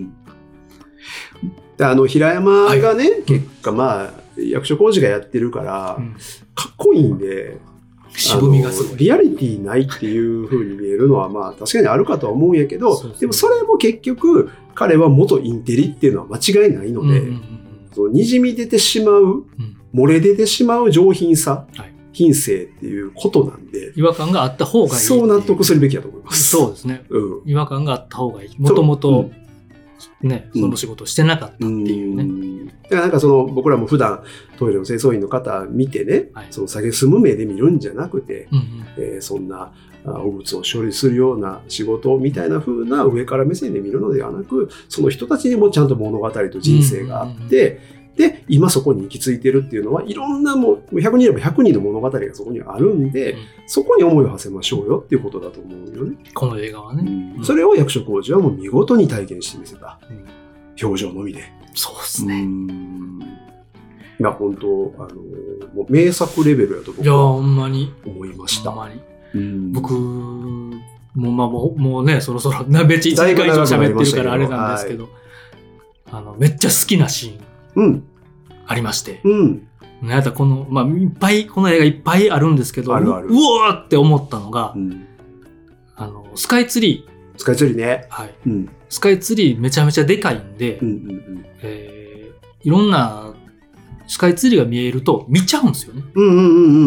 あの平山がね、はい、結果まあ役所広司がやってるから、うん、かっこいいんで渋みがすごいリアリティないっていう風に見えるのはまあ確かにあるかとは思うんやけど、そうそうでもそれも結局彼は元インテリっていうのは間違いないので、うんうんうん、そのにじみ出てしまう、うん、漏れ出てしまう上品さ、はい品性っていうことなんで。 違和感があった方がいい。 そう納得するべきだと思います。 そうですね。うん、違和感があった方がいい。もともと、ね、その仕事をしてなかったっていうね。うん、だからなんかその、僕らも普段トイレの清掃員の方見てね、はい、その下げすむ目で見るんじゃなくて、うんうんえー、そんな汚物を処理するような仕事みたいな風な上から目線で見るのではなく、その人たちにもちゃんと物語と人生があって、うんうんうんで、今そこに行き着いてるっていうのは、いろんなもう、ひゃくにんいればひゃくにんの物語がそこにあるんで、うん、そこに思いを馳せましょうよっていうことだと思うよね。 この映画はね。 うん、それを役所広司はもう見事に体験してみせた。うん、表情のみで。 そうですね。 いや、本当あの、もう名作レベルやと僕は思いました。 ほんまに。うん、僕、もう、まあもう、もうね、そろそろ、めっちゃいちじかん以上喋ってるからあれなんですけど、はい、あの、めっちゃ好きなシーン。うん。ありまして。うん。なんかこの、まあ、いっぱい、この映画いっぱいあるんですけど、あるあるうわーって思ったのが、うん、あの、スカイツリー。スカイツリーね。 はい。うん、スカイツリーめちゃめちゃでかいんで、うんうんうんえー、いろんなスカイツリーが見えると見ちゃうんですよね。うんうんうんうんうん。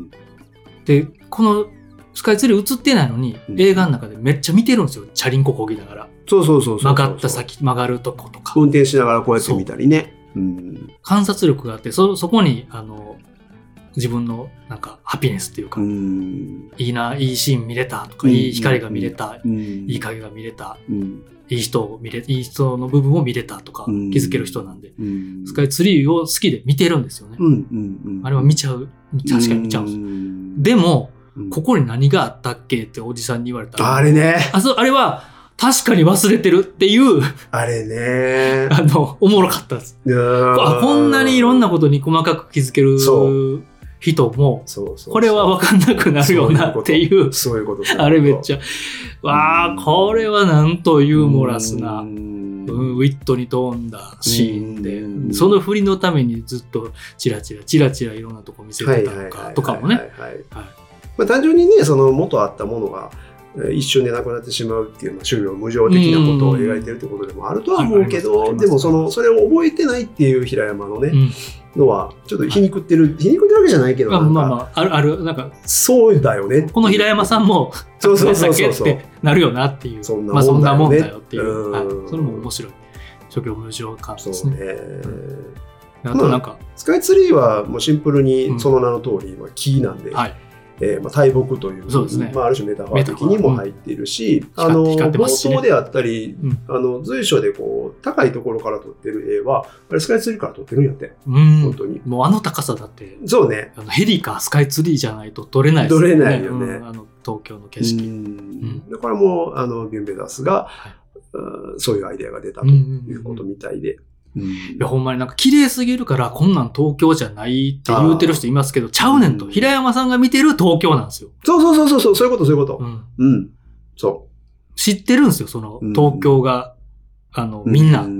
で、このスカイツリー映ってないのに、うん、映画の中でめっちゃ見てるんですよ。チャリンコこぎながら。 そうそうそうそうそう曲がった先、曲がるとことか。 運転しながらこうやって見たりね。うん、 観察力があって、そ、そこに、あの、自分の、なんか、ハピネスっていうか、うん、いいな、いいシーン見れたとか、うん、いい光が見れた、うん、いい影が見れた、うん、いい人を見れ、いい人の部分を見れたとか、気づける人なんで、うん、スカイツリーを好きで見てるんですよね。うんうんうん、あれは見ちゃう、確かに見ちゃうんですよ。でも、 うん、 ここに何があったっけっておじさんに言われたら。 あれね。 あ、そう、あれは、確かに忘れてるっていう。 あれね。 あの、おもろかったです。あ、こんなにいろんなことに細かく気づける人も、そうそうそうこれは分かんなくなるよなっていう。 そういうこと。 あれめっちゃ、わあ、これはなんとユーモラスな、うん、ウィットに富んだシーンで、その振りのためにずっとチラチラ、チラチラいろんなとこ見せてたのかとかもね。 単純にね、その元あったものが、一瞬でなくなってしまうっていう、まあ、種類無常的なことを描いてるってことでもあるとは思うけど、でもそのそれを覚えてないっていう平山のね、うん、のはちょっと皮肉ってる、はい、皮肉ってるわけじゃないけど、なんか、まあまあ、 あるあるなんかそうだよね。 この平山さんもそうそうそうそうってなるよなっていう、そんなもんだよね、まあ、そんなもんだよっていう、はい、それも面白い諸行無常感ですね。そうね、うん、あとなんか、まあ、 スカイツリーはもうシンプルにその名の通り、まあ、木なんで。はい、えーまあ、大木という、 そうですね、 まあ、ある種メタファー的にも入っているし、うん、あの冒頭であったり、うん、あの随所でこう高いところから撮ってる絵はあれスカイツリーから撮ってるんやって、 うん、本当にもうあの高さだってそうね、 あのヘリかスカイツリーじゃないと撮れないですよね。撮れないよね、 うん、あの東京の景色。うん、 だからもうあのビュンベダスが、はい、そういうアイデアが出たということみたいで。 うん、いやほんまになんか綺麗すぎるからこんなん東京じゃないって言うてる人いますけど、ちゃうねんと、うん、平山さんが見てる東京なんですよ。 そうそうそうそう、そういうことそういうこと。うん。うん、そう。 知ってるんですよ、その東京が、うん、あの、みんな、うん、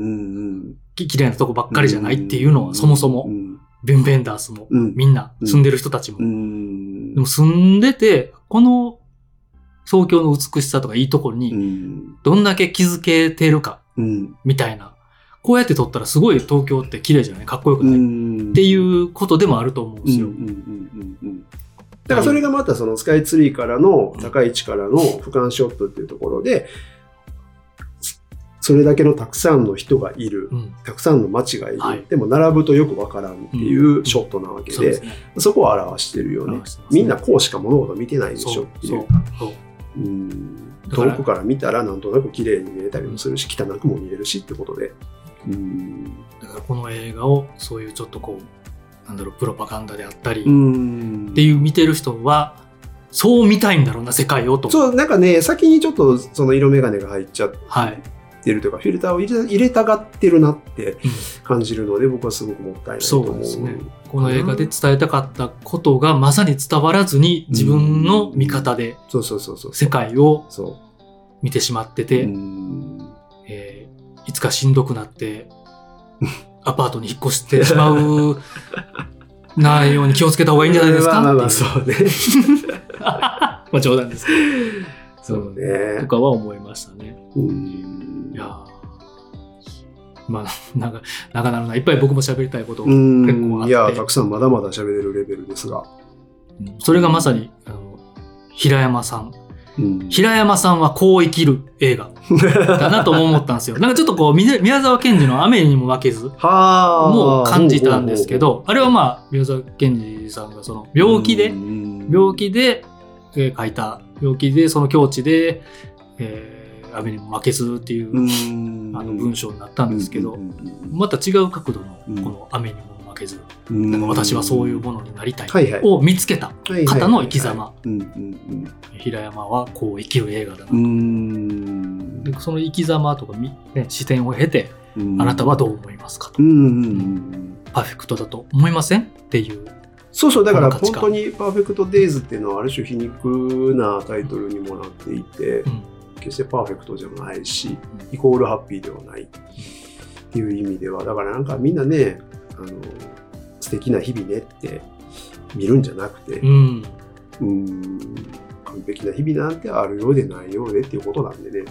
綺麗なとこばっかりじゃないっていうのはそもそも、うん、ビュンベンダースも、うん、みんな住んでる人たちも、うん。でも住んでて、この東京の美しさとかいいところに、どんだけ気づけてるか、みたいな。こうやって撮ったらすごい東京って綺麗じゃない、かっこよくないっていうことでもあると思うんですよ。 だからそれがまたそのスカイツリーからの高い位置からの俯瞰ショットっていうところで、それだけのたくさんの人がいる、うん、たくさんの街がいる、はい、でも並ぶとよくわからんっていうショットなわけで、うんうん そ, でね、そこを表してるよね。みんなこうしか物事見てないでしょっていう。遠くから見たらなんとなく綺麗に見えたりもするし、汚くも見えるしってことで。 うんだからこの映画をそういうちょっとこうなんだろうプロパガンダであったりっていう見てる人はそう見たいんだろうな世界をと。 そうなんかね先にちょっとその色眼鏡が入っちゃってるというか、はい、フィルターを入れ、入れたがってるなって感じるので、うん、僕はすごくもったいないと思う。そうですね。 この映画で伝えたかったことがまさに伝わらずに自分の見方で世界を見てしまってて。いつかしんどくなってアパートに引っ越してしまうないように気をつけた方がいいんじゃないですか。 まあまあまあそうね。 まあ冗談ですけど。そうね。とかは思いましたね。うんいやまあなんか長なるな。いっぱい僕も喋りたいこと結構あって。 いやたくさんまだまだ喋れるレベルですが、 うん、それがまさにあの平山さん。うん、平山さんはこう生きる映画だなと思ったんですよ。なんかちょっとこう宮沢賢治の雨にも負けずも感じたんですけど、あれはまあ宮沢賢治さんがその病気で病気で書いた病気でその境地で、えー、雨にも負けずっていうあの文章になったんですけど、また違う角度のこの雨にも負けず、なんか私はそういうものになりたいを見つけた方の生き様。平山はこう生きる映画だなと。でその生き様とか、ね、視点を経てあなたはどう思いますかと。パーフェクトだと思いませんっていう。 そうそうだから本当にパーフェクトデイズっていうのはある種皮肉なタイトルにもなっていて、うん、決してパーフェクトじゃないし、うん、イコールハッピーではないっていう意味ではだからなんかみんなねあの素敵な日々ねって見るんじゃなくて、うん、うん完璧な日々なんてあるようでないようでっていうことなんでね、うん、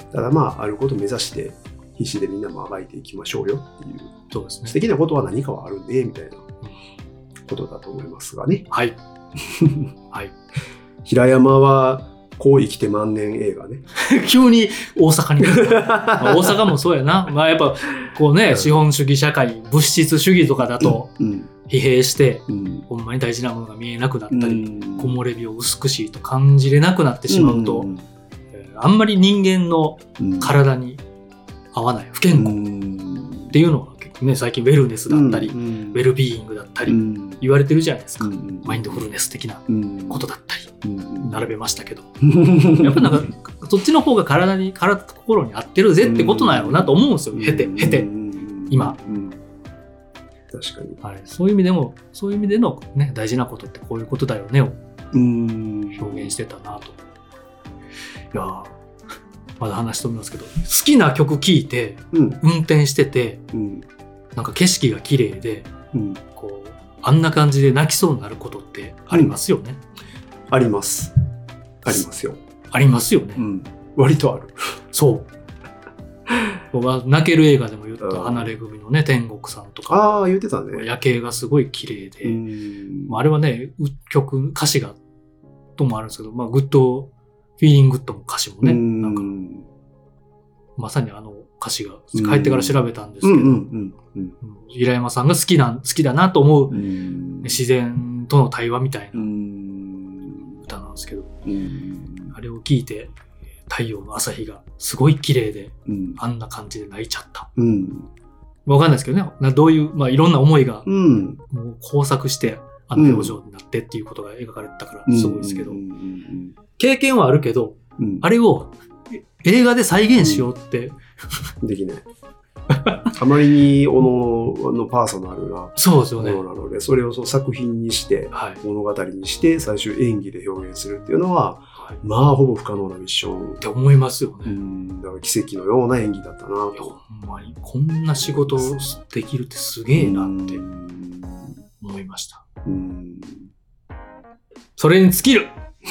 ただまああることを目指して必死でみんなもあがいていきましょうよっていう、 そうですね、 素敵なことは何かはあるんでみたいなことだと思いますがね。 はい、はい、 平山はこう生きて万年映画ね。 急に大阪に大阪もそうやな。まあやっぱこうね、うん、資本主義社会物質主義とかだと疲弊して、うん、ほんまに大事なものが見えなくなったり、うん、木漏れ日を美しいと感じれなくなってしまうと、うんえー、あんまり人間の体に合わない不健康っていうのがね、最近ウェルネスだったり、うんうん、ウェルビーイングだったり言われてるじゃないですか、うんうん、マインドフルネス的なことだったり、うんうん、並べましたけどやっぱなんかそっちの方が体に体と心に合ってるぜってことなんやろうなと思うんですよ、うん、経て経て今、うん、 確かに、 はい、そういう意味でもそういう意味での、ね、大事なことってこういうことだよねを表現してたなと。いやまだ話しておりますけど、好きな曲聴いて、うん、運転してて、うん、なんか景色が綺麗で、うん、こうあんな感じで泣きそうになることってありますよね、 うん、ありますありますよありますよね、 うん、割とあるそう僕は泣ける映画でも言った離れ組のね天国さんとか、 ああ言ってたね、 夜景がすごい綺麗で、うん、あれはね曲歌詞がともあるんですけど、まあ、グッドフィーリングッドも歌詞もね、んなんかまさにあの歌詞が帰ってから調べたんですけど、平山さんが好きな好きだなと思う自然との対話みたいな歌なんですけど、あれを聞いて太陽の朝日がすごい綺麗で、うん、あんな感じで泣いちゃった。うん、わかんないですけどね、どういう、まあ、いろんな思いが、うん、もう交錯してあの表情になってっていうことが描かれてたからすごいですけど、経験はあるけど、うん、あれを映画で再現しようって、 うん、できない。あまりにおののパーソナルなそうですよね。 ものなので、それをその作品にして、はい、物語にして最終演技で表現するっていうのは、はい、まあほぼ不可能なミッションって思いますよね。 うん、だから奇跡のような演技だったなと。 いやほんまにこんな仕事できるってすげえなって思いました。うん、それに尽きる。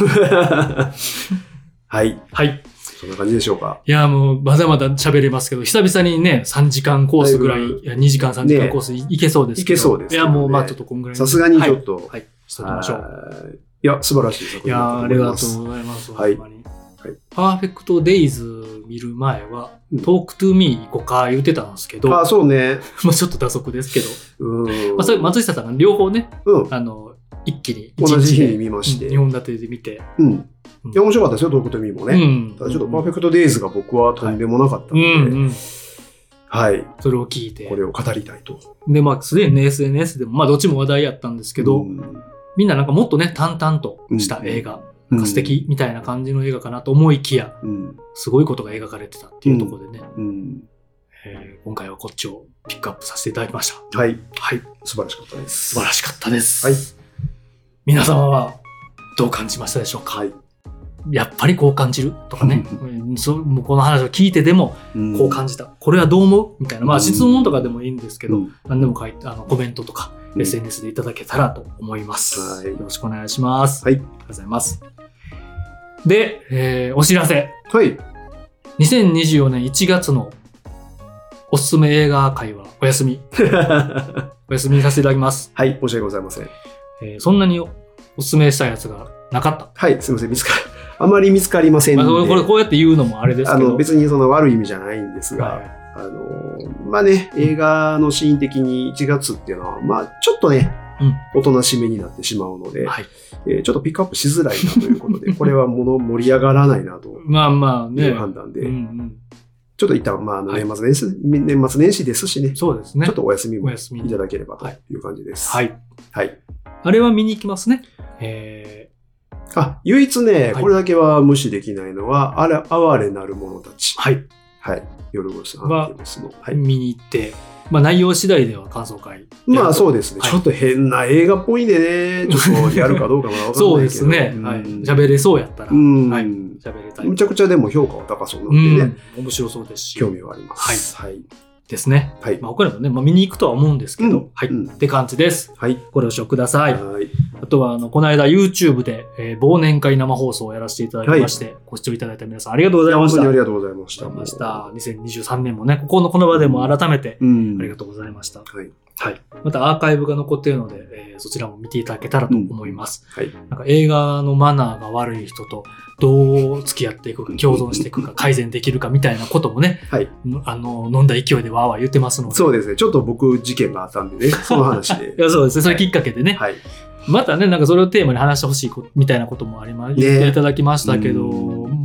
はいはい。 そんな感じでしょうか。 いやもうまだまだ喋れますけど、久々にねさんじかんコースぐらい、いやにじかんさんじかんコースい、ね、いけそうですけど。 いけそうです、ね。 いやもうまあちょっとこんぐらい。 さすがにちょっと、はい、 はい、しときましょう。 いや素晴らしい作品だと思います。いやありがとうございます。 はい。 はい、パーフェクトデイズ見る前は、うん、トークトゥーミー行こうか言ってたんですけど、 あそうね。 まあちょっと打足ですけど、うんまあそれ松下さんが両方ね、うん、あの一気に同じ日に見まして、 にほん立てで見て。 うんいや面白かったですよ、トークトゥーミーもね。うん、ただちょっとパーフェクトデイズが僕はとんでもなかったので、はい。うんうんはい、 それを聞いて。 これを語りたいと。 で、まあ、すでに エスエヌエス でも、まあ、どっちも話題やったんですけど、うん、みんななんかもっとね、淡々とした映画、うん、なんか素敵みたいな感じの映画かなと思いきや、うん、すごいことが描かれてたっていうところでね、うんうんえー、今回はこっちをピックアップさせていただきました。 はい。 はい。 素晴らしかったです。 素晴らしかったです。 はい。 皆様はどう感じましたでしょうか。はい。やっぱりこう感じるとかね、うん、そこの話を聞いてでもこう感じた、うん、これはどう思うみたいな、まあ質問とかでもいいんですけど、うん、何でも書いてあのコメントとか エスエヌエス でいただけたらと思います、はい、よろしくお願いします。 はい、ありがとうございます。で、えー、お知らせ、 はい、 にせんにじゅうよねんいちがつのおすすめ映画会はお休みお休みさせていただきます。 はい、申し訳ございません。 えー、そんなに お, おすすめしたやつがなかった。 はい、すみません、見つかあまり見つかりませんので、まあ、 これこうやって言うのもあれですけど、 あの別にその悪い意味じゃないんですが、はい、あのまあね、映画のシーン的にいちがつっていうのは、まあちょっとね、うん、おとなしめになってしまうので、はいえー、ちょっとピックアップしづらいなということで、これはもの盛り上がらないなという判断で、まあまあねうんうん、ちょっと一旦、まあ、あの年末年始、はい、年末年始ですしね、 そうですね、 ちょっとお休みもいただければという感じです。 はい。 はい。 あれは見に行きますね。えーあ、唯一ね、はい、これだけは無視できないのは、あれ、哀れなる者たち。 はい。 はい。夜越しアンティムスの。 はい。見に行って、まあ内容次第では感想会。 まあそうですね、はい。ちょっと変な映画っぽいんでね、ちょっとやるかどうかもわかんないけど。 そうですね。うん、はい。喋れそうやったら。うん。はい。喋れたい。 むちゃくちゃでも評価は高そうなんでね。 うん。面白そうですし。 興味はあります。はい。はい。 ですね。はい。まあ他にもね、まあ見に行くとは思うんですけど、うん、はい、うん。って感じです。 はい。 ご了承ください。 はい。 あとは、あの、この間 YouTube で、えー、忘年会生放送をやらせていただきまして、はい、ご視聴いただいた皆さんありがとうございました。 本当にありがとうございました。 ました。にせんにじゅうさんねんもね、ここのこの場でも改めて、ありがとうございました。うん、はい。はい。またアーカイブが残っているので、えー、そちらも見ていただけたらと思います。うん、はい。なんか映画のマナーが悪い人とどう付き合っていくか、共存していくか、改善できるかみたいなこともね、はい。あの、飲んだ勢いでわーわー言ってますので。 そうですね。ちょっと僕事件があったんでね、その話で。 いや、そうですね。それきっかけでね。はい。またね、なんかそれをテーマに話してほしいみたいなこともありま、言っていただきましたけど、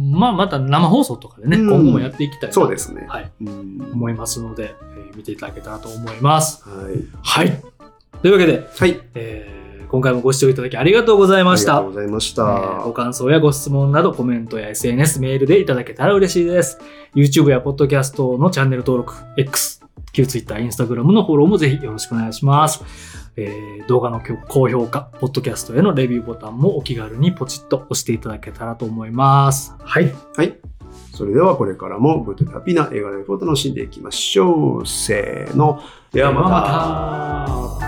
まあ、また生放送とかでね、うん、今後もやっていきたいなと、 そうですね。 はい、うん、思いますので、えー、見ていただけたらと思います。 はい。 はい。というわけで、はい。えー今回もご視聴いただきありがとうございました。 ありがとうございました。えー、ご感想やご質問などコメントや エスエヌエス、メールでいただけたら嬉しいです。YouTube や Podcast のチャンネル登録、X、旧 Twitter、Instagram のフォローもぜひよろしくお願いします。えー、動画の高評価、Podcast へのレビューボタンもお気軽にポチッと押していただけたらと思います。はい。 はい。それではこれからもグッドハッピーな映画ライフを楽しんでいきましょう。せーの。ではまた。